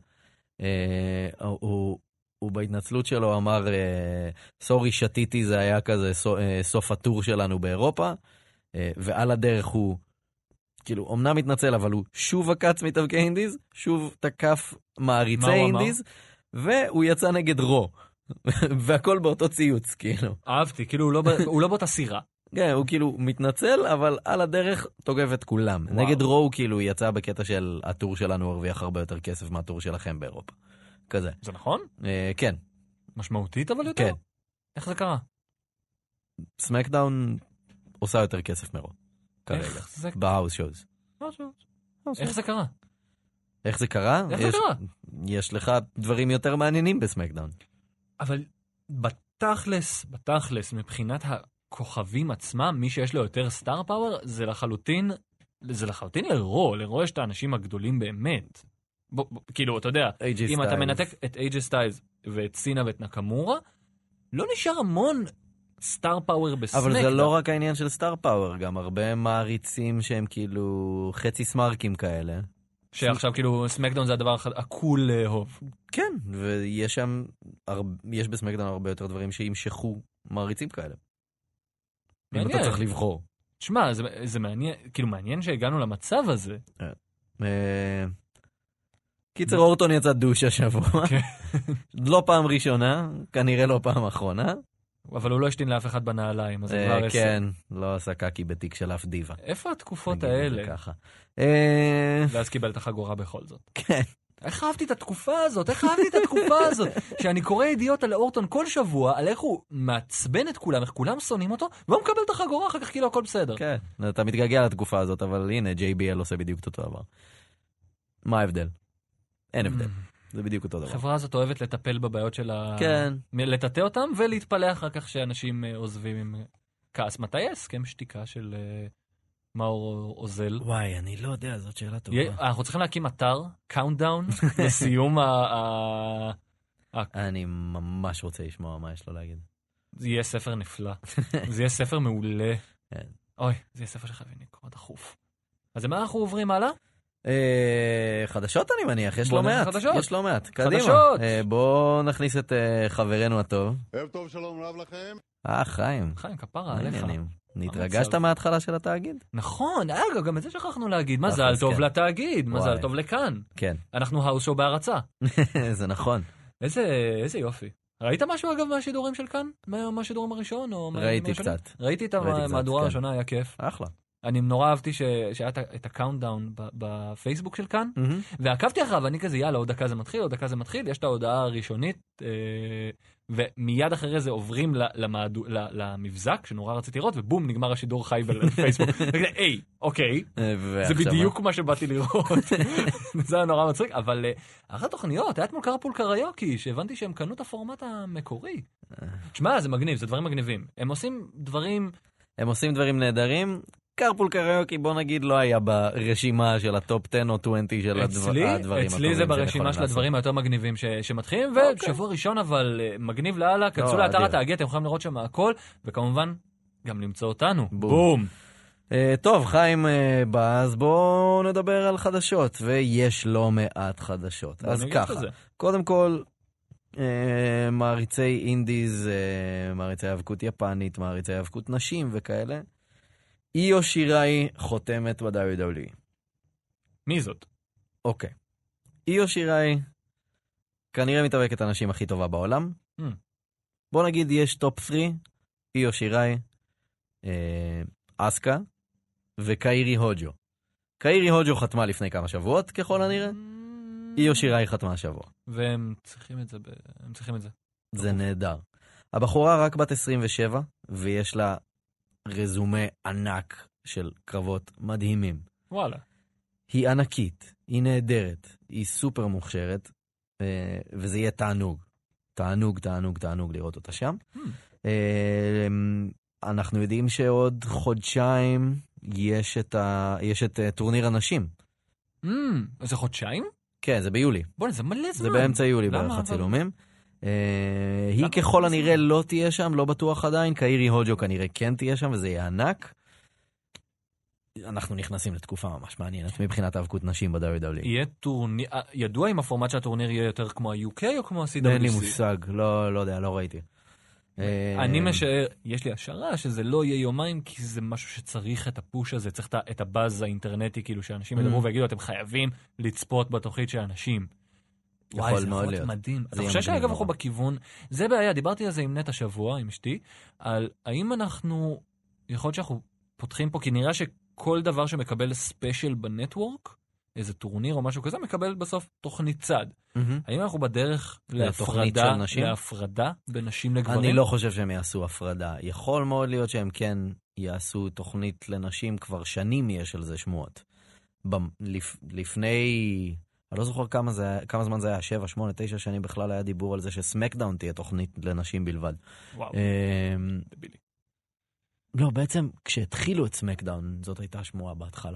[SPEAKER 4] הוא בהתנצלות שלו אמר, סורי שתיתי, זה היה כזה סוף הטור שלנו באירופה, ועל הדרך הוא, כאילו, אמנם מתנצל, אבל הוא שוב עקץ מתאבקי אינדיז, שוב תקף מעריצי אינדיז, והוא יצא נגד רו. והכל באותו ציוץ, כאילו.
[SPEAKER 3] אהבתי, כאילו הוא לא באותה סירה.
[SPEAKER 4] כן, הוא כאילו מתנצל, אבל על הדרך תוקף את כולם. נגד רו הוא כאילו יצא בקטע של הטור שלנו הרוויח הרבה יותר כסף מהטור שלכם באירופה. כזה.
[SPEAKER 3] זה נכון?
[SPEAKER 4] כן.
[SPEAKER 3] משמעותית אבל יותר?
[SPEAKER 4] כן.
[SPEAKER 3] איך זה קרה?
[SPEAKER 4] סמקדאון עושה יותר כסף מרו. כרגע. בהאוס שוז.
[SPEAKER 3] איך זה קרה?
[SPEAKER 4] איך זה קרה?
[SPEAKER 3] איך זה קרה?
[SPEAKER 4] יש לך דברים יותר מעניינים בסמקדאון. אבל
[SPEAKER 3] בתכלס, מבחינת הכוכבים עצמם, מי שיש לו יותר סטאר פאוור, זה לחלוטין לרו יש את האנשים הגדולים באמת. כאילו, אתה יודע, אם אתה מנתק את AJ סטיילס ואת סינה ואת נקמורה, לא נשאר המון סטאר פאוור בסמקדאון. אבל
[SPEAKER 4] זה לא רק העניין של סטאר פאוור, גם הרבה מעריצים שהם כאילו חצי סמרקים כאלה.
[SPEAKER 3] שעכשיו כאילו סמקדאון זה הדבר הקול לאהוב.
[SPEAKER 4] כן, ויש שם, יש בסמקדאון הרבה יותר דברים שימשכו מעריצים כאלה. אם אתה צריך לבחור.
[SPEAKER 3] תשמע, זה מעניין, כאילו מעניין שהגענו למצב הזה.
[SPEAKER 4] קיצר, אורטון יצא דוש השבוע. לא פעם ראשונה, כנראה לא פעם אחרונה.
[SPEAKER 3] אבל הוא לא השתין לאף אחד בנעליים, אז זה כבר עשר.
[SPEAKER 4] כן, לא עשה קקי בתיק של אף דיבה.
[SPEAKER 3] איפה התקופות האלה? ואז קיבל את החגורה בכל זאת.
[SPEAKER 4] כן.
[SPEAKER 3] איך אהבתי את התקופה הזאת? שאני קורא ידיעות על אורטון כל שבוע, על איך הוא מעצבן את כולם, איך כולם שונאים אותו, והוא מקבל את החגורה, אחר כך כאילו הכל בסדר.
[SPEAKER 4] כן, אתה מתגעגע לתקופה הזאת, אבל הנה, JBL עושה בדיוק אותו דבר. מה ההבדל? אין הבדל. זה בדיוק אותו דבר.
[SPEAKER 3] החברה הזאת אוהבת לטפל בבעיות שלה,
[SPEAKER 4] כן.
[SPEAKER 3] לטאטא אותם ולהתפלא אחר כך שאנשים עוזבים עם כעס. מתי ההסכם שתיקה של מאור אוזל?
[SPEAKER 4] וואי, אני לא יודע, זאת שאלה טובה.
[SPEAKER 3] אנחנו צריכים להקים אתר, קאונטדאון, לסיום
[SPEAKER 4] אני ממש רוצה לשמוע מה יש לו להגיד.
[SPEAKER 3] זה יהיה ספר נפלא. זה יהיה ספר מעולה. אוי, זה יהיה ספר שחייבים לקרוא דחוף. אז מה אנחנו עוברים הלאה?
[SPEAKER 4] חדשות אני מניח, יש לא מעט. קדימה. בוא נכניס את חברנו הטוב.
[SPEAKER 5] ערב טוב, שלום רב לכם.
[SPEAKER 3] חיים כפרה עליך.
[SPEAKER 4] נתרגשת מההתחלה של התאגיד?
[SPEAKER 3] נכון, גם את זה שכחנו להגיד. מזל טוב לתאגיד, מזל טוב לכאן.
[SPEAKER 4] כן.
[SPEAKER 3] אנחנו האוס שואו בהרצה.
[SPEAKER 4] זה נכון.
[SPEAKER 3] איזה יופי. ראית משהו אגב מהשידורים של כאן? מהשידורים הראשון?
[SPEAKER 4] ראיתי קצת.
[SPEAKER 3] ראיתי את המהדורה הראשונה, היה כיף.
[SPEAKER 4] אחלה.
[SPEAKER 3] אני נורא אהבתי שהיה את הקאונטדאון בפייסבוק של כאן, ועקבתי אחריו, ואני כזה, יאללה, עוד דקה זה מתחיל, יש את ההודעה הראשונית, ומיד אחרי זה עוברים למבזק, שנורא רציתי לראות, ובום, נגמר השידור חי בפייסבוק. היי, אוקיי, זה בדיוק מה שבאתי לראות. זה היה נורא מצחיק, אבל אחת התוכניות, היה אתמול קרפול קריוקי, שהבנתי שהם קנו את הפורמט המקורי. תשמע, זה מגניב, זה דברים מגניבים. הם עושים דברים נהדרים. קרפול קריוקי, בוא נגיד, לא היה ברשימה של הטופ 10 או 20 של הדברים. אצלי זה ברשימה של הדברים היותר מגניבים שמתחילים, ושבוע ראשון אבל מגניב לאללה, כנסו לאתר התאגיד, אתם יכולים לראות שם הכל, וכמובן גם למצוא אותנו. בום.
[SPEAKER 4] טוב, חיים בא, אז בואו נדבר על חדשות, ויש לא מעט חדשות. אז ככה, קודם כל, מעריצי אינדיז, מעריצי האבקות יפנית, מעריצי האבקות נשים וכאלה, איו שיראי חותמת ב-WWE.
[SPEAKER 3] מי זאת?
[SPEAKER 4] אוקיי. איו שיראי כנראה מתאבקת הנשים הכי טובה בעולם. בוא נגיד יש טופ 3, איו שיראי, אסקה וקאירי הוג'ו. קאירי הוג'ו חתמה לפני כמה שבועות, ככל הנראה. איו שיראי חתמה השבוע.
[SPEAKER 3] והם צריכים את זה.
[SPEAKER 4] זה נהדר. הבחורה רק בת 27, ויש לה רזומה ענק של קרבות מדהימים.
[SPEAKER 3] וואלה.
[SPEAKER 4] היא ענקית, היא נהדרת, היא סופר מוכשרת, וזה יהיה תענוג לראות אותה שם. אנחנו יודעים שעוד חודשיים יש את טורניר הנשים.
[SPEAKER 3] זה חודשיים?
[SPEAKER 4] כן, זה ביולי.
[SPEAKER 3] בוא'נה, זה מלא זמן.
[SPEAKER 4] זה באמצע יולי בערך הצילומים. היא ככל הנראה לא תהיה שם, לא בטוח עדיין, קאירי הוג'ו כנראה כן תהיה שם, וזה יהיה ענק. אנחנו נכנסים לתקופה ממש מעניינת, מבחינת האבקות נשים ב-WWE.
[SPEAKER 3] יהיה טורניר, ידוע אם הפורמט של הטורניר יהיה יותר כמו ה-UK או כמו ה-CWC?
[SPEAKER 4] אין לי מושג, לא יודע, לא ראיתי.
[SPEAKER 3] אני משער, יש לי השערה שזה לא יהיה יומיים, כי זה משהו שצריך את הפוש הזה, צריך את הבאז האינטרנטי, כאילו שאנשים ידברו ויגידו, אתם חייבים לצפות בתוכנית של אנשים. וואי, זה יכול להיות מדהים. אני חושב שאגב אנחנו בכיוון, זה בעיה, דיברתי על זה עם נט השבוע, עם אשתי, על האם אנחנו, יכול להיות שאנחנו פותחים פה, כי נראה שכל דבר שמקבל ספיישל בנטוורק, איזה טורניר או משהו כזה, מקבל בסוף תוכנית צד. האם אנחנו בדרך להפרדה בין נשים לגברים?
[SPEAKER 4] אני לא חושב שהם יעשו הפרדה. יכול מאוד להיות שהם כן יעשו תוכנית לנשים, כבר שנים יש על זה שמועות. לפני... אני לא זוכר כמה זמן זה היה, 7, 8, 9 שנים בכלל היה דיבור על זה שסמקדאון תהיה תוכנית לנשים בלבד.
[SPEAKER 3] וואו, דבילי.
[SPEAKER 4] לא, בעצם כשהתחילו את סמקדאון, זאת הייתה שמועה בהתחלה.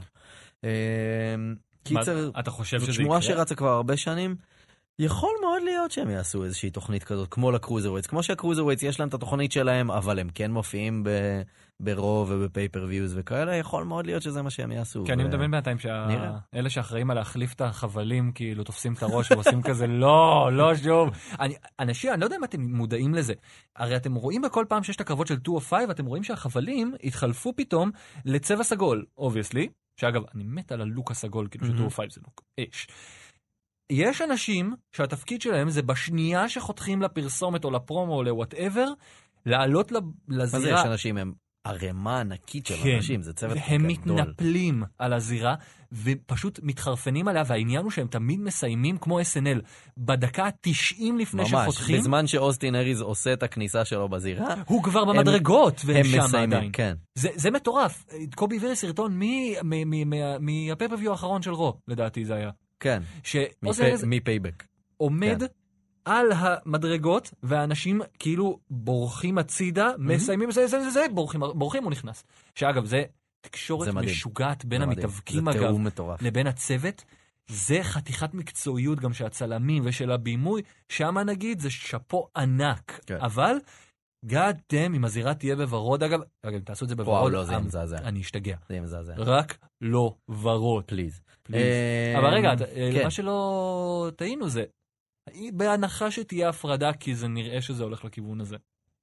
[SPEAKER 4] קיצר,
[SPEAKER 3] אתה חושב שזה
[SPEAKER 4] זאת שמועה שרצה כבר הרבה שנים, יכול מאוד להיות שהם יעשו איזושהי תוכנית כזאת, כמו לקרוזרווייטס. כמו שהקרוזרווייטס יש להם את התוכנית שלהם, אבל הם כן מופיעים ברוב ובפייפר-ויוז וכאלה, יכול מאוד להיות שזה מה שהם יעשו.
[SPEAKER 3] כי אני מדמיין בינתיים שאלה שאחראים על להחליף את החבלים, כאילו תופסים את הראש ועושים כזה, לא שוב. אנשים, אני לא יודע אם אתם מודעים לזה. הרי אתם רואים בכל פעם שיש את הקרבות של 205, אתם רואים שהחבלים התחלפו פתאום לצבע סגול, obviously. שאגב, אני מת על הלוק הסגול, כאילו ש205 זה לוק אש. יש אנשים שהתפקיד שלהם זה בשנייה שחותכים לפרסומת או לפרומו או ל-whatever, לעלות לזירה.
[SPEAKER 4] מה זה יש אנשים? הם ערימה ענקית של אנשים, זה צוות גדול.
[SPEAKER 3] והם מתנפלים על הזירה, ופשוט מתחרפנים עליה, והעניין הוא שהם תמיד מסיימים כמו SNL, בדקה 90 לפני שחותכים.
[SPEAKER 4] ממש, בזמן שאוסטין אריז עושה את הכניסה שלו בזירה.
[SPEAKER 3] הוא כבר במדרגות, והם שם
[SPEAKER 4] מסיימים,
[SPEAKER 3] עדיין.
[SPEAKER 4] כן.
[SPEAKER 3] זה מטורף. קובי העביר סרטון מהפייפריוויו האחרון של רו, לדעתי זה היה.
[SPEAKER 4] כן, מפייבק.
[SPEAKER 3] עומד על המדרגות, והאנשים כאילו בורחים הצידה, מסיימים, בורחים, הוא נכנס. שאגב, זה תקשורת משוגעת בין המתאבקים אגב, לבין הצוות. זה חתיכת מקצועיות גם של הצלמים ושל הבימוי, שמה נגיד זה שפו ענק. אבל, גד דם, אם הזירה תהיה בוורוד, אגב, תעשו את זה בוורוד,
[SPEAKER 4] לא, זה מזעזע.
[SPEAKER 3] אני אשתגע.
[SPEAKER 4] זה מזעזע.
[SPEAKER 3] רק לא ורוד.
[SPEAKER 4] פליז.
[SPEAKER 3] אבל רגע, מה שלא טעינו זה, בהנחה שתהיה הפרדה, כי זה נראה שזה הולך לכיוון הזה.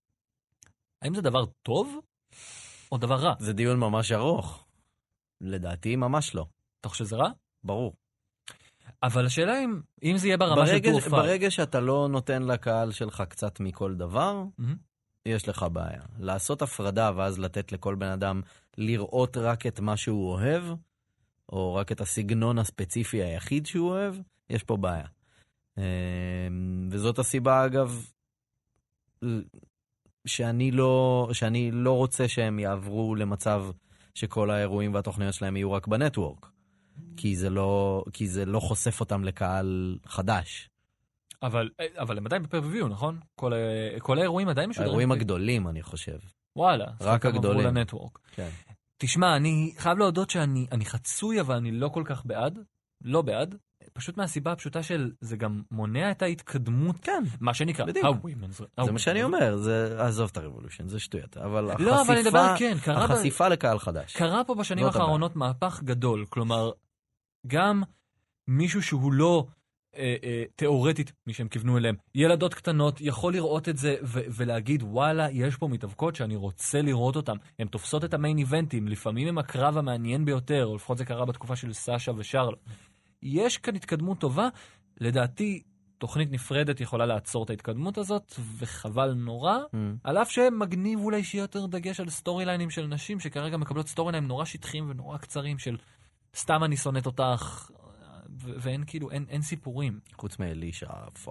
[SPEAKER 3] האם זה דבר טוב, או דבר רע?
[SPEAKER 4] זה דיון ממש ארוך. לדעתי ממש לא.
[SPEAKER 3] אתה חושב שזה רע?
[SPEAKER 4] ברור.
[SPEAKER 3] אבל השאלה אם זה יהיה ברמה של תעופה.
[SPEAKER 4] ברגע שאתה לא נותן לקהל שלך קצת מכל דבר, יש לך בעיה. לעשות הפרדה ואז לתת לכל בן אדם לראות רק את מה שהוא אוהב, או רק את הסגנון הספציפי היחיד שהוא אוהב, יש פה בעיה. וזאת הסיבה, אגב, שאני לא רוצה שהם יעברו למצב שכל האירועים והתוכניות שלהם יהיו רק בנטוורק. כי זה לא חושף אותם לקהל חדש.
[SPEAKER 3] אבל הם עדיין בפרוויו, נכון? כל האירועים עדיין משודרים.
[SPEAKER 4] האירועים הגדולים, אני חושב.
[SPEAKER 3] וואלה.
[SPEAKER 4] רק הגדולים.
[SPEAKER 3] לנטוורק.
[SPEAKER 4] כן.
[SPEAKER 3] תשמע, אני חייב להודות שאני חצוי, אבל אני לא כל כך בעד. לא בעד. פשוט מהסיבה הפשוטה של זה גם מונע את ההתקדמות.
[SPEAKER 4] כן.
[SPEAKER 3] מה שנקרא.
[SPEAKER 4] זה מה שאני אומר, זה עזוב את הרבולושן, זה שטויות. אבל החשיפה לקהל חדש.
[SPEAKER 3] קרה פה בשנים האחרונות מהפך גדול. כלומר, גם מישהו שהוא לא תיאורטית, מי שהם כיוונו אליהם, ילדות קטנות, יכול לראות את זה ולהגיד, וואלה, יש פה מתאבקות שאני רוצה לראות אותם. הן תופסות את המיין איבנטים, לפעמים הם הקרב המעניין ביותר, או לפחות זה קרה בתקופה של סאשה ושרל. יש כאן התקדמות טובה, לדעתי תוכנית נפרדת יכולה לעצור את ההתקדמות הזאת, וחבל נורא, על אף שמגניב אולי שיהיה יותר דגש על סטורי ליינים של נשים, שכרגע מקבלות סטורי ליינים נורא שטחים ונורא קצרים של סתם אני שונאת אותך, ואין כאילו, אין סיפורים.
[SPEAKER 4] חוץ מאלישה,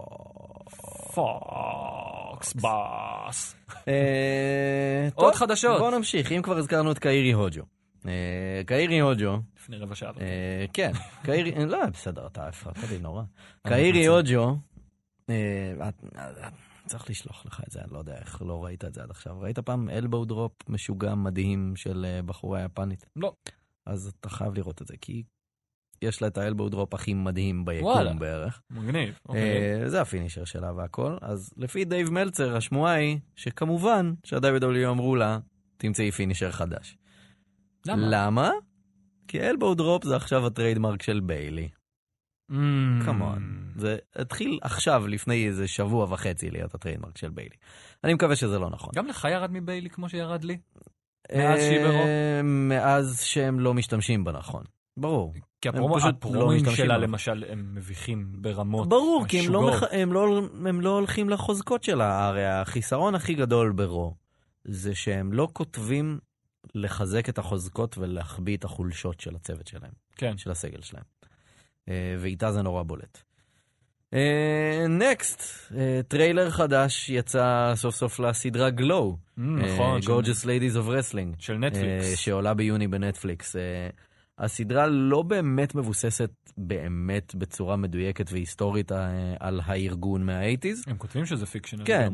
[SPEAKER 3] פוקס באס.
[SPEAKER 4] עוד
[SPEAKER 3] חדשות.
[SPEAKER 4] בואו נמשיך, אם כבר הזכרנו את קאירי הוג'ו. קאירי הוג'ו.
[SPEAKER 3] לפני רבע שעה.
[SPEAKER 4] כן, קאירי, לא, בסדר, אתה הפרעת לי נורא. קאירי הוג'ו, צריך לשלוח לך את זה, אני לא יודע איך לא ראית את זה עד עכשיו. ראית פעם אלבו דרופ משוגע מדהים של בחורה יפנית?
[SPEAKER 3] לא.
[SPEAKER 4] אז אתה חייב לראות את זה, כי יש לה את האלבו דרופ הכי מדהים ביקום בערך.
[SPEAKER 3] מגניב.
[SPEAKER 4] זה הפינישר שלה והכל. אז לפי דייב מלצר, השמועה היא שכמובן שה-WWE אמרו לה, תמצאי פינישר חדש. למה? כי אלבו דרופ זה עכשיו הטריידמרק של ביילי. כמובן. זה התחיל עכשיו, לפני איזה שבוע וחצי, להיות הטריידמרק של ביילי. אני מקווה שזה לא נכון.
[SPEAKER 3] גם לך ירד מביילי כמו שירד לי? מאז שיברו?
[SPEAKER 4] מאז שהם לא משתמשים בה נכון. ברור.
[SPEAKER 3] כי הפרומים שלה למשל הם מביכים ברמות.
[SPEAKER 4] ברור, כי הם לא הולכים לחוזקות שלה. הרי החיסרון הכי גדול ברו זה שהם לא כותבים לחזק את החוזקות ולהחביא את החולשות של הצוות שלהם.
[SPEAKER 3] כן.
[SPEAKER 4] של הסגל שלהם. ואיתה זה נורא בולט. נקסט, טריילר חדש יצא סוף סוף לסדרה גלו.
[SPEAKER 3] נכון.
[SPEAKER 4] Gorgeous Ladies of Wrestling.
[SPEAKER 3] של נטפליקס.
[SPEAKER 4] שעולה ביוני בנטפליקס. הסדרה לא באמת מבוססת באמת בצורה מדויקת והיסטורית על הארגון מה-80s.
[SPEAKER 3] הם כותבים שזה פיקשן.
[SPEAKER 4] כן,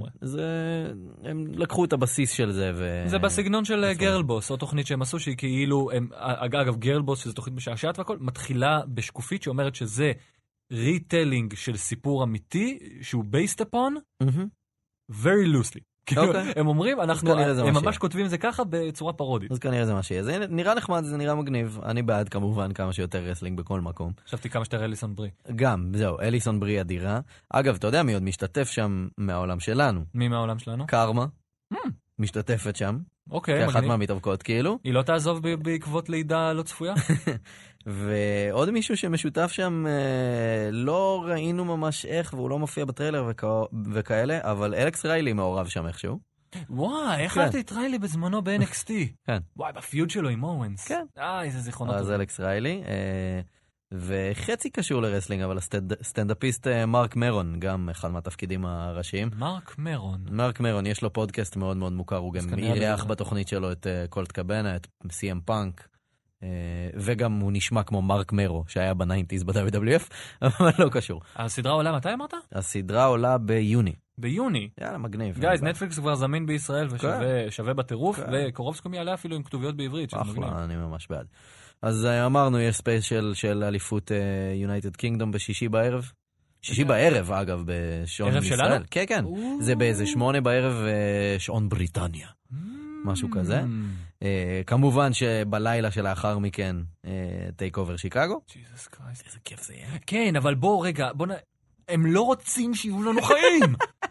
[SPEAKER 4] הם לקחו את הבסיס של זה.
[SPEAKER 3] זה בסגנון של גרלבוס, או תוכנית שהם עשו שהיא כאילו, אגב גרלבוס, שזו תוכנית משעשעת והכל, מתחילה בשקופית שאומרת שזה ריטלינג של סיפור אמיתי, שהוא based upon, very loosely. הם אומרים, הם ממש כותבים את זה ככה בצורה פרודית.
[SPEAKER 4] אז כנראה זה מה שיהיה. זה נראה נחמד, זה נראה מגניב. אני בעד כמובן כמה שיותר רסלינג בכל מקום.
[SPEAKER 3] חשבתי כמה שיותר אליסון ברי.
[SPEAKER 4] גם, זהו, אליסון ברי אדירה. אגב, אתה יודע מי עוד משתתף שם מהעולם שלנו?
[SPEAKER 3] מי מהעולם שלנו?
[SPEAKER 4] קרמה. משתתפת שם.
[SPEAKER 3] אוקיי,
[SPEAKER 4] כאחת מהמתאבקות כאילו.
[SPEAKER 3] היא לא תעזוב בעקבות לידה לא צפויה?
[SPEAKER 4] ועוד מישהו שמשותף שם, לא ראינו ממש איך, והוא לא מופיע בטריילר וכאלה, אבל אלכס ריילי מעורב שם איכשהו.
[SPEAKER 3] וואי, איך אהבתי את ריילי בזמנו ב-NXT?
[SPEAKER 4] כן.
[SPEAKER 3] וואי, בפיוד שלו עם אורנס.
[SPEAKER 4] כן.
[SPEAKER 3] איזה זיכרונות.
[SPEAKER 4] אז אלכס ריילי, וחצי קשור לרסלינג, אבל הסטנדאפיסט מרק מרון, גם אחד מהתפקידים הראשיים. מרק מרון, יש לו פודקאסט מאוד מאוד מוכר, הוא גם אירח בתוכנית שלו את קולט קבנה, את CM פאנק, וגם הוא נשמע כמו מרק מרו, שהיה ב-90s ב-WWF, אבל לא קשור.
[SPEAKER 3] הסדרה עולה מתי אמרת?
[SPEAKER 4] הסדרה עולה ביוני.
[SPEAKER 3] ביוני?
[SPEAKER 4] יאללה, מגניב.
[SPEAKER 3] גייז, נטפליקס כבר זמין בישראל ושווה בטירוף, וקורובסקום יעלה אפילו עם כתוביות בעברית.
[SPEAKER 4] אחלה, אני ממש בעד. אז אמרנו, יש ספיישל של אליפות יונייטד קינגדום בשישי בערב. שישי בערב, אגב, בשעון בישראל. ערב שלנו? כן, כן. זה באיזה 8 בערב שעון בריטניה. משהו כזה. כמובן שבלילה שלאחר מכן, טייק אובר שיקגו.
[SPEAKER 3] ג'יזוס קרייסט.
[SPEAKER 4] איזה כיף זה יהיה.
[SPEAKER 3] כן, אבל בוא, רגע, הם לא רוצים שיהיו לנו חיים!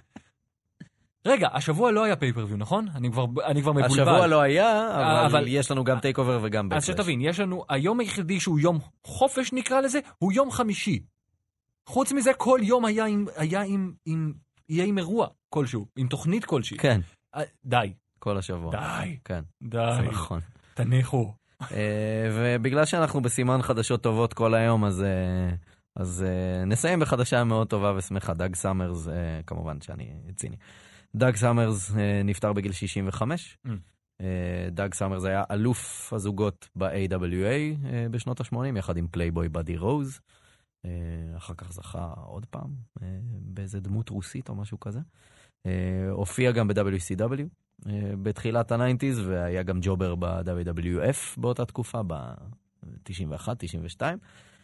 [SPEAKER 3] רגע, השבוע לא היה פייפרוויו, נכון? אני כבר מבולבל.
[SPEAKER 4] השבוע לא היה, אבל יש לנו גם טייק אובר וגם בקלאש.
[SPEAKER 3] אז שתבין, יש לנו, היום היחידי שהוא יום חופש נקרא לזה, הוא יום חמישי. חוץ מזה, כל יום היה עם אירוע כלשהו, עם תוכנית כלשהי.
[SPEAKER 4] כן.
[SPEAKER 3] די.
[SPEAKER 4] כל השבוע.
[SPEAKER 3] די.
[SPEAKER 4] כן.
[SPEAKER 3] די.
[SPEAKER 4] זה נכון.
[SPEAKER 3] תניחו.
[SPEAKER 4] ובגלל שאנחנו בסימן חדשות טובות כל היום, אז נסיים בחדשה מאוד טובה ושמחה. דאג סאמרס, כמובן שאני ציני. דאג סאמרס נפטר בגיל 65. דאג סאמרס היה אלוף הזוגות ב-AWA בשנות ה-80, יחד עם פלייבוי בדי רוז. אחר כך זכה עוד פעם באיזה דמות רוסית או משהו כזה. הופיע גם ב-WCW בתחילת ה-90s, והיה גם ג'ובר ב-WWF באותה תקופה, ב-91, 92.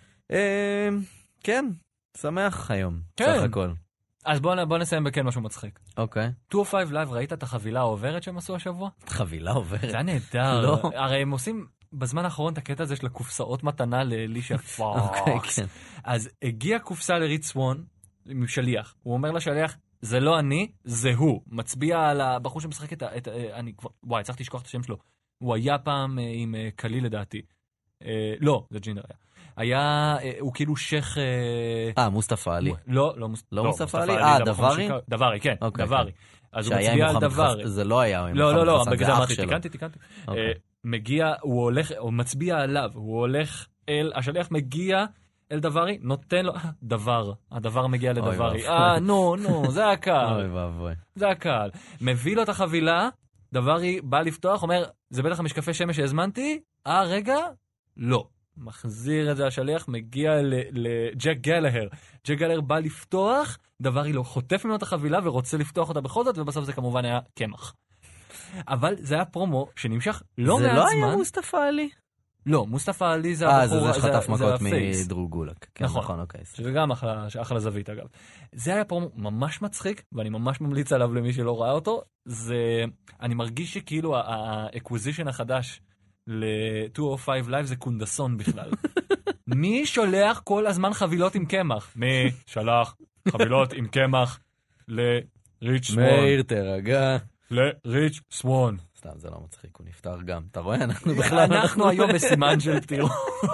[SPEAKER 4] כן, שמח היום, סך הכל.
[SPEAKER 3] אז בוא נסיים בכן משהו מצחיק.
[SPEAKER 4] אוקיי.
[SPEAKER 3] 205 Live, ראית את החבילה העוברת שהם עשו השבוע?
[SPEAKER 4] חבילה עוברת?
[SPEAKER 3] זה היה נהדר.
[SPEAKER 4] לא.
[SPEAKER 3] הרי הם עושים בזמן האחרון את הקטע הזה של הקופסאות מתנה ללישה פוקס.
[SPEAKER 4] אוקיי, כן.
[SPEAKER 3] אז הגיע קופסה לריץ' סוואן, עם שליח. הוא אומר לשליח, זה לא אני, זה הוא. מצביע על הבחור שמשחק אני כבר, וואי, צריכתי לשכוח את השם שלו. הוא היה פעם עם קלי לדעתי. לא, זה ג'ינדר היה. הוא כאילו שייך...
[SPEAKER 4] מוסטפא עלי.
[SPEAKER 3] לא
[SPEAKER 4] מוסטפא עלי? דברי?
[SPEAKER 3] דברי, כן, דברי. אז הוא
[SPEAKER 4] מצביע על דברי. זה לא היה.
[SPEAKER 3] לא, בגלל אמרתי, תיקנתי. מגיע, הוא מצביע עליו, הוא הולך השליח מגיע אל דברי, נותן לו, הדבר מגיע לדברי. נו, זה הקהל.
[SPEAKER 4] אוי ואבוי.
[SPEAKER 3] זה הקהל. מביא לו את החבילה, דברי בא לפתוח, אומר, זה בטח המשקפי שמש שהזמנתי? רגע? לא. מחזיר את זה השליח, מגיע לג'ק גלהר. ג'ק גלהר בא לפתוח, דברי לא חוטף ממנו את החבילה ורוצה לפתוח אותה בכל זאת, ובסוף זה כמובן היה קמח. אבל זה היה פרומו שנמשך לא מעט זמן.
[SPEAKER 4] זה לא היה מוסטפא עלי?
[SPEAKER 3] לא, מוסטפא עלי זה הבחור...
[SPEAKER 4] זה שחטף מכות מדרוג גולק.
[SPEAKER 3] נכון, שזה גם אחלה זווית אגב. זה היה פרומו ממש מצחיק, ואני ממש ממליץ עליו למי שלא ראה אותו. אני מרגיש שכאילו האקוויזישן החדש ל-205 Live זה קונדסון בכלל. מי שולח כל הזמן חבילות עם קמח? מי שלח חבילות עם קמח לריץ' סוואן?
[SPEAKER 4] מאיר תרגע.
[SPEAKER 3] לריץ' סוואן.
[SPEAKER 4] סתם, זה לא מצחיק, הוא נפטר גם. אתה רואה?
[SPEAKER 3] אנחנו היום בסימן של פטירות.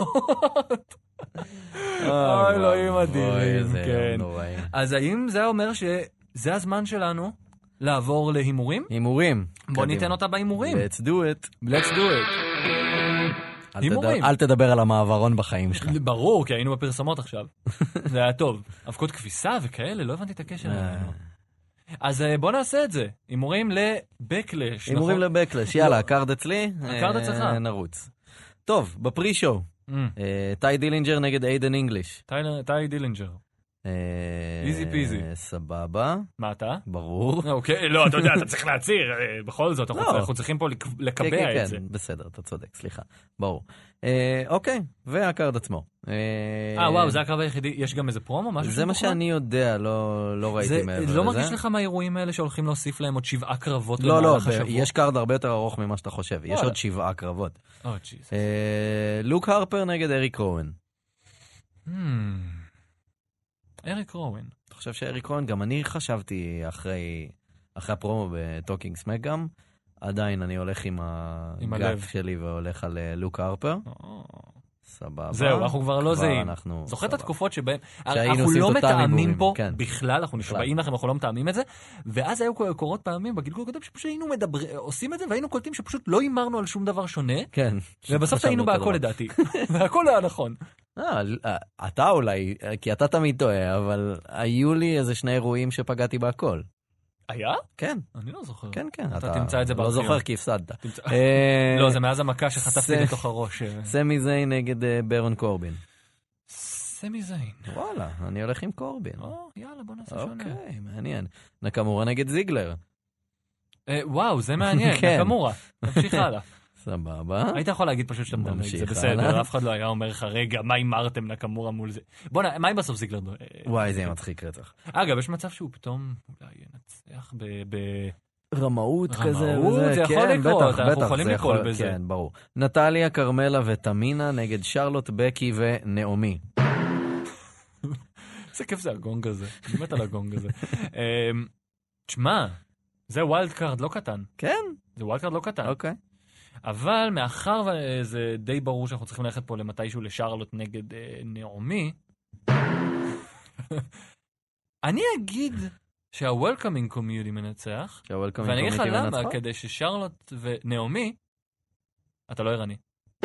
[SPEAKER 3] אלוהים אדירים, כן. אז האם זה אומר שזה הזמן שלנו לעבור להימורים?
[SPEAKER 4] הימורים.
[SPEAKER 3] בוא ניתן אותה בהימורים.
[SPEAKER 4] Let's do it.
[SPEAKER 3] הימורים.
[SPEAKER 4] אל תדבר על המעברון בחיים שלך.
[SPEAKER 3] ברור, כי היינו בפרסומות עכשיו. זה היה טוב. אבקות כביסה וכאלה, לא הבנתי את הקשר. אז בוא נעשה את זה. הימורים לבקלש.
[SPEAKER 4] הימורים לבקלש, יאללה, הקארד אצלי.
[SPEAKER 3] הקארד אצלך.
[SPEAKER 4] נרוץ. טוב, בפרי-שואו. טי דילינג'ר נגד איידן אינגליש.
[SPEAKER 3] טי דילינג'ר. איזי פיזי.
[SPEAKER 4] סבבה.
[SPEAKER 3] מה אתה?
[SPEAKER 4] ברור.
[SPEAKER 3] אוקיי, לא, אתה יודע, אתה צריך להצהיר. בכל זאת, אנחנו צריכים פה לקבע את זה.
[SPEAKER 4] כן, בסדר, אתה צודק, סליחה. ברור. אוקיי, והקארד עצמו.
[SPEAKER 3] וואו, זה הקרב היחידי. יש גם איזה פרומו? משהו
[SPEAKER 4] זה מה שאני יודע, לא ראיתי מעבר לזה.
[SPEAKER 3] לא מרגיש לך מהאירועים האלה שהולכים להוסיף להם עוד 7 קרבות?
[SPEAKER 4] לא, יש קארד הרבה יותר ארוך ממה שאתה חושב. יש עוד 7 קרבות. לוק הרפר נגד אריק רואן.
[SPEAKER 3] אריק רואן.
[SPEAKER 4] אתה חושב שאריק רואן, גם אני חשבתי אחרי הפרומו בטוקינג סמק גם, עדיין אני הולך עם הגאט שלי והולך על לוק הרפר. סבבה.
[SPEAKER 3] זהו, אנחנו כבר לא זהים. זוכר את התקופות שבהן אנחנו לא מתאמים פה בכלל, אנחנו נשבעים לכם, אנחנו לא מתאמים את זה, ואז היו קורות פעמים בגלגול הקודם שפשוט היינו עושים את זה, והיינו קולטים שפשוט לא אימרנו על שום דבר שונה, ובסוף היינו בהכל לדעתי. והכל היה נכון.
[SPEAKER 4] אתה אולי, כי אתה תמיד טועה, אבל היו לי איזה 2 אירועים שפגעתי בהכל.
[SPEAKER 3] היה?
[SPEAKER 4] כן.
[SPEAKER 3] אני לא זוכר.
[SPEAKER 4] כן.
[SPEAKER 3] אתה תמצא את זה בארכיון.
[SPEAKER 4] לא זוכר כי הפסדת.
[SPEAKER 3] לא, זה מאז המכה שחטפתי לתוך הראש.
[SPEAKER 4] סמי זיין נגד ברון קורבין.
[SPEAKER 3] סמי זיין.
[SPEAKER 4] וואלה, אני הולך עם קורבין.
[SPEAKER 3] יאללה, בוא נעשה שונה.
[SPEAKER 4] אוקיי, מעניין. נקמורה נגד זיגלר.
[SPEAKER 3] וואו, זה מעניין, נקמורה. תמשיך הלאה.
[SPEAKER 4] סבבה.
[SPEAKER 3] היית יכול להגיד פשוט שאתה מדבר, זה בסדר, אף אחד לא היה אומר לך, רגע, מה אמרתם נקמורה מול זה? בוא'נה, מה אם בסוף זיגלר?
[SPEAKER 4] וואי, זה מצחיק רצח.
[SPEAKER 3] אגב, יש מצב שהוא פתאום אולי ינצח
[SPEAKER 4] רמאות כזה.
[SPEAKER 3] רמאות, זה יכול לקרות, אנחנו יכולים לקרוא בזה.
[SPEAKER 4] כן, ברור. נטליה, קרמלה ותמינה נגד שרלוט, בקי ונעמי.
[SPEAKER 3] איזה כיף זה הגונג הזה, אני מת על הגונג הזה. תשמע, זה ווילד קארד לא קטן.
[SPEAKER 4] כן?
[SPEAKER 3] זה ווילד קארד לא קטן.
[SPEAKER 4] אוקיי.
[SPEAKER 3] אבל מאחר וזה די ברור שאנחנו צריכים ללכת פה למתישהו לשרלוט נגד נעמי, אני אגיד שה-Welcoming Community מנצח, ואני אגיד לך למה, כדי ששרלוט ונעמי, אתה לא ערני.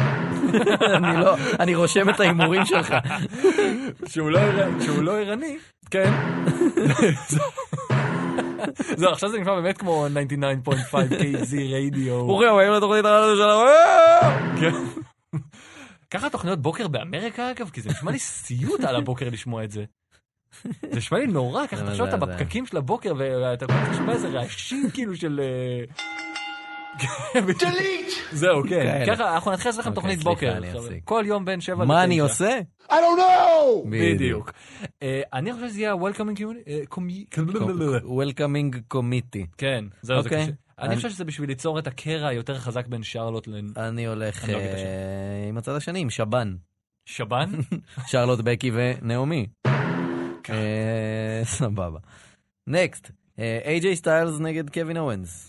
[SPEAKER 4] אני רושם את האימורים שלך.
[SPEAKER 3] שהוא לא ערני, כן. זהו, עכשיו זה נשמע באמת כמו 99.5 KZ רדיו.
[SPEAKER 4] ברוכים הבאים לתוכנית הרדיו שלנו.
[SPEAKER 3] כן. ככה תוכניות בוקר באמריקה אגב, כי זה נשמע לי סיוט על הבוקר לשמוע את זה. זה נשמע לי נורא, ככה תחשוב אתה בפקקים של הבוקר, ואתה תשמע איזה רעשים כאילו של...
[SPEAKER 5] דליט!
[SPEAKER 3] זהו, כן. ככה, אנחנו נתחיל לכם תוכנית בוקר. כל יום בין 7 ל-9.
[SPEAKER 4] מה אני עושה?
[SPEAKER 5] I don't know!
[SPEAKER 3] בדיוק. אני חושב שזה יהיה
[SPEAKER 4] Welcoming Committee.
[SPEAKER 3] כן, זהו, זה קשה. אני חושב שזה בשביל ליצור את הקרע היותר חזק בין שרלוט
[SPEAKER 4] אני הולך עם הצד השני, עם שבן.
[SPEAKER 3] שבן?
[SPEAKER 4] שרלוט, בקי ונעמי. סבבה. נקסט, AJ סטיילס נגד קווין אוונס.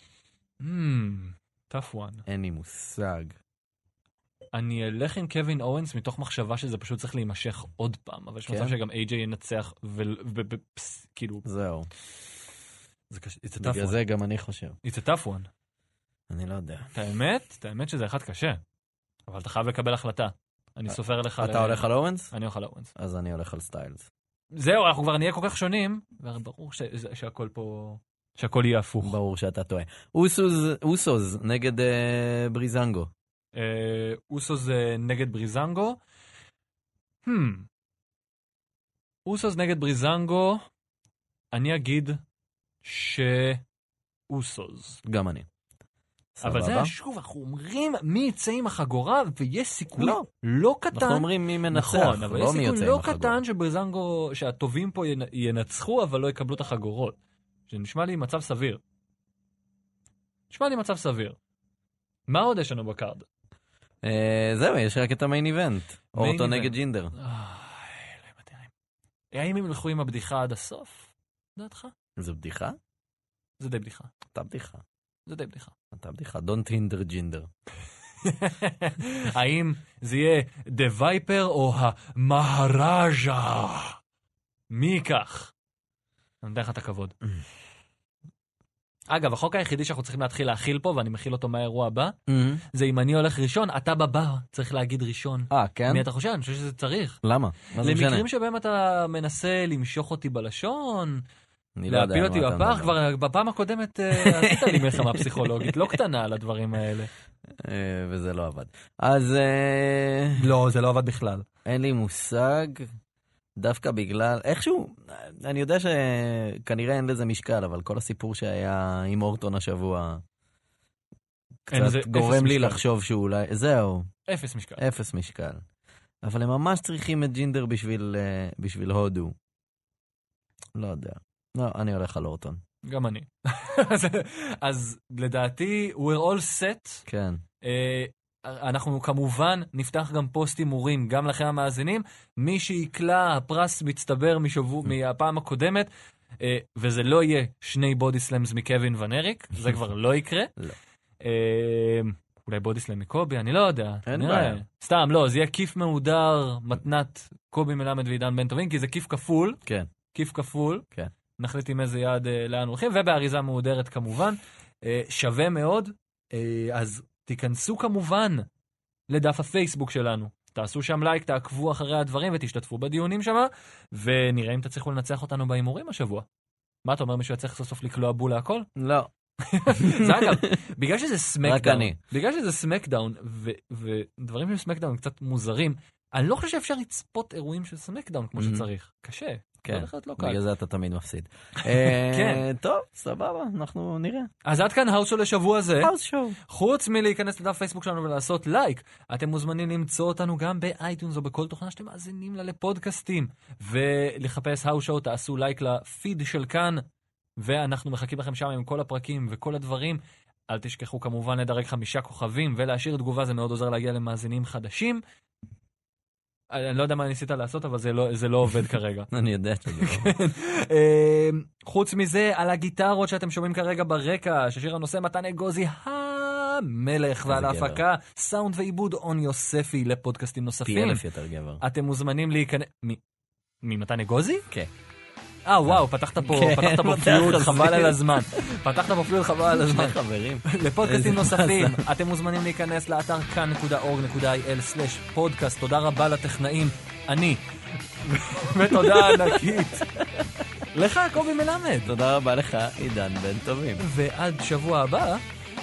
[SPEAKER 3] tough one.
[SPEAKER 4] אין לי מושג.
[SPEAKER 3] אני אלך עם קווין אוונס מתוך מחשבה שזה פשוט צריך להימשך עוד פעם, אבל יש מצב שגם AJ ינצח כאילו...
[SPEAKER 4] זהו.
[SPEAKER 3] It's a tough
[SPEAKER 4] בגלל
[SPEAKER 3] one.
[SPEAKER 4] זה גם אני חושב.
[SPEAKER 3] It's a tough one.
[SPEAKER 4] אני לא יודע.
[SPEAKER 3] את האמת שזה אחד קשה. אבל אתה חייב לקבל החלטה. אני סופר לך...
[SPEAKER 4] אתה הולך על אוונס?
[SPEAKER 3] אני הולך על אוונס.
[SPEAKER 4] אז אני הולך על סטיילס.
[SPEAKER 3] זהו, אנחנו כבר נהיה כל כך שונים, וברור שהכל פה... שהכל יהיה הפוך.
[SPEAKER 4] ברור שאתה טועה. אוסוז נגד בריזנגו.
[SPEAKER 3] אוסוז נגד בריזנגו. אוסוז נגד בריזנגו, אני אגיד שאוסוז.
[SPEAKER 4] גם אני.
[SPEAKER 3] אבל זה שוב, אנחנו אומרים מי יצא עם החגורה, ויש סיכוי לא קטן.
[SPEAKER 4] אנחנו אומרים מי מנצח,
[SPEAKER 3] נכון, אבל יש
[SPEAKER 4] לא מי יוצא
[SPEAKER 3] סיכוי
[SPEAKER 4] עם
[SPEAKER 3] לא
[SPEAKER 4] החגורה.
[SPEAKER 3] קטן שבריזנגו, שהטובים פה ינצחו, אבל לא יקבלו את החגורות. שנשמע לי מצב סביר. מה עוד יש לנו בקארד?
[SPEAKER 4] זהו, יש רק את המיין איבנט. אורטו נגד ג'ינדר.
[SPEAKER 3] האם הם ילכו עם הבדיחה עד הסוף? דעתך?
[SPEAKER 4] זו בדיחה?
[SPEAKER 3] זה די בדיחה.
[SPEAKER 4] אתה בדיחה.
[SPEAKER 3] זה די בדיחה.
[SPEAKER 4] אתה בדיחה. Don't hinder ג'ינדר.
[SPEAKER 3] האם זה יהיה The Viper או המהראז'ה? מי ייקח? אני נותן לך את הכבוד. אגב, החוק היחידי שאנחנו צריכים להתחיל להכיל פה, ואני מכיל אותו מהאירוע הבא, זה אם אני הולך ראשון, אתה בבר צריך להגיד ראשון.
[SPEAKER 4] כן?
[SPEAKER 3] מי אתה חושב? אני חושב שזה צריך.
[SPEAKER 4] למה?
[SPEAKER 3] למקרים שבהם אתה מנסה למשוך אותי בלשון,
[SPEAKER 4] אני לא יודע
[SPEAKER 3] להפיל אותי
[SPEAKER 4] על מה אתה
[SPEAKER 3] בפח,
[SPEAKER 4] מדבר.
[SPEAKER 3] כבר בפעם הקודמת עשית לי מלחמה פסיכולוגית, לא קטנה על הדברים האלה.
[SPEAKER 4] וזה לא עבד. אז
[SPEAKER 3] לא, זה לא עבד בכלל.
[SPEAKER 4] אין לי מושג, דווקא בגלל, איכשהו, אני יודע שכנראה אין לזה משקל, אבל כל הסיפור שהיה עם אורטון השבוע, קצת גורם לי לחשוב שאולי, זהו. אפס משקל. אבל הם ממש צריכים את ג'ינדר בשביל הודו. לא יודע. לא, אני הולך על אורטון.
[SPEAKER 3] גם אני. אז לדעתי, we're all set.
[SPEAKER 4] כן.
[SPEAKER 3] אנחנו כמובן נפתח גם פוסטים מורים, גם לכם המאזינים. מי שיקלה הפרס מצטבר מהפעם הקודמת, וזה לא יהיה 2 בודי סלאמס מקווין ונריק, זה כבר לא יקרה.
[SPEAKER 4] לא.
[SPEAKER 3] אולי בודי סלאם מקובי, אני לא יודע.
[SPEAKER 4] אין בעיה.
[SPEAKER 3] סתם, לא, זה יהיה כיף מהודר, מתנת קובי מלמד ועידן בן טובים, כי זה כיף כפול.
[SPEAKER 4] כן.
[SPEAKER 3] כיף כפול.
[SPEAKER 4] כן.
[SPEAKER 3] נחליט עם איזה יד לאן הולכים, ובאריזה מהודרת כמובן. שווה מאוד, אז תיכנסו כמובן לדף הפייסבוק שלנו. תעשו שם לייק, תעקבו אחרי הדברים ותשתתפו בדיונים שם, ונראה אם תצליחו לנצח אותנו בהימורים השבוע. מה אתה אומר, מישהו יצליח סוף סוף לקלוע בול להכל?
[SPEAKER 4] לא.
[SPEAKER 3] זה אגב, בגלל שזה סמקדאון,
[SPEAKER 4] רק אני.
[SPEAKER 3] בגלל שזה סמקדאון, ודברים של סמקדאון קצת מוזרים, אני לא חושב שאפשר לצפות אירועים של סמקדאון כמו שצריך. קשה.
[SPEAKER 4] כן, בגלל זה אתה תמיד מפסיד.
[SPEAKER 3] כן.
[SPEAKER 4] טוב, סבבה, אנחנו נראה.
[SPEAKER 3] אז עד כאן האוס שואו לשבוע זה.
[SPEAKER 4] האוס שואו.
[SPEAKER 3] חוץ מלהיכנס לדף פייסבוק שלנו ולעשות לייק, אתם מוזמנים למצוא אותנו גם באייטונס או בכל תוכנה שאתם מאזינים לה לפודקאסטים, ולחפש האוס שואו, תעשו לייק לפיד של כאן, ואנחנו מחכים לכם שם עם כל הפרקים וכל הדברים. אל תשכחו כמובן לדרג 5 כוכבים ולהשאיר תגובה, זה מאוד עוזר להגיע למאזינים חדשים. אני לא יודע מה ניסית לעשות, אבל זה לא עובד כרגע.
[SPEAKER 4] אני יודע שזה לא.
[SPEAKER 3] חוץ מזה, על הגיטרות שאתם שומעים כרגע ברקע, ששיר הנושא מתן אגוזי המלך, ועל ההפקה, סאונד ועיבוד און יוספי לפודקאסטים נוספים.
[SPEAKER 4] פי 1000 יותר גבר.
[SPEAKER 3] אתם מוזמנים להיכנס... ממתן אגוזי?
[SPEAKER 4] כן.
[SPEAKER 3] וואו, פתחת פה פיוט חבל על הזמן. פתחת פה פיוט חבל על הזמן.
[SPEAKER 4] חברים.
[SPEAKER 3] לפודקאסטים נוספים, אתם מוזמנים להיכנס לאתר כאן.org.il/פודקאסט. תודה רבה לטכנאים, אני. ותודה ענקית לך, קובי מלמד.
[SPEAKER 4] תודה רבה לך, עידן בן טובים.
[SPEAKER 3] ועד שבוע הבא...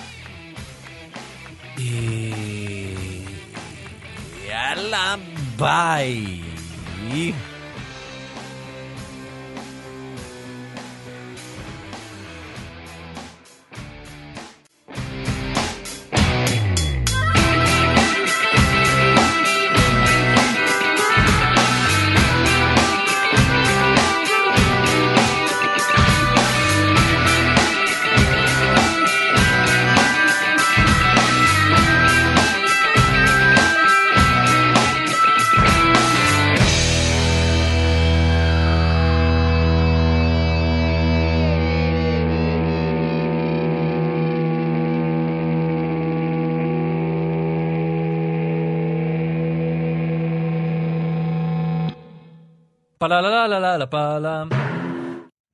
[SPEAKER 4] יאללה, ביי.
[SPEAKER 3] פלה לה לה לה לה פלה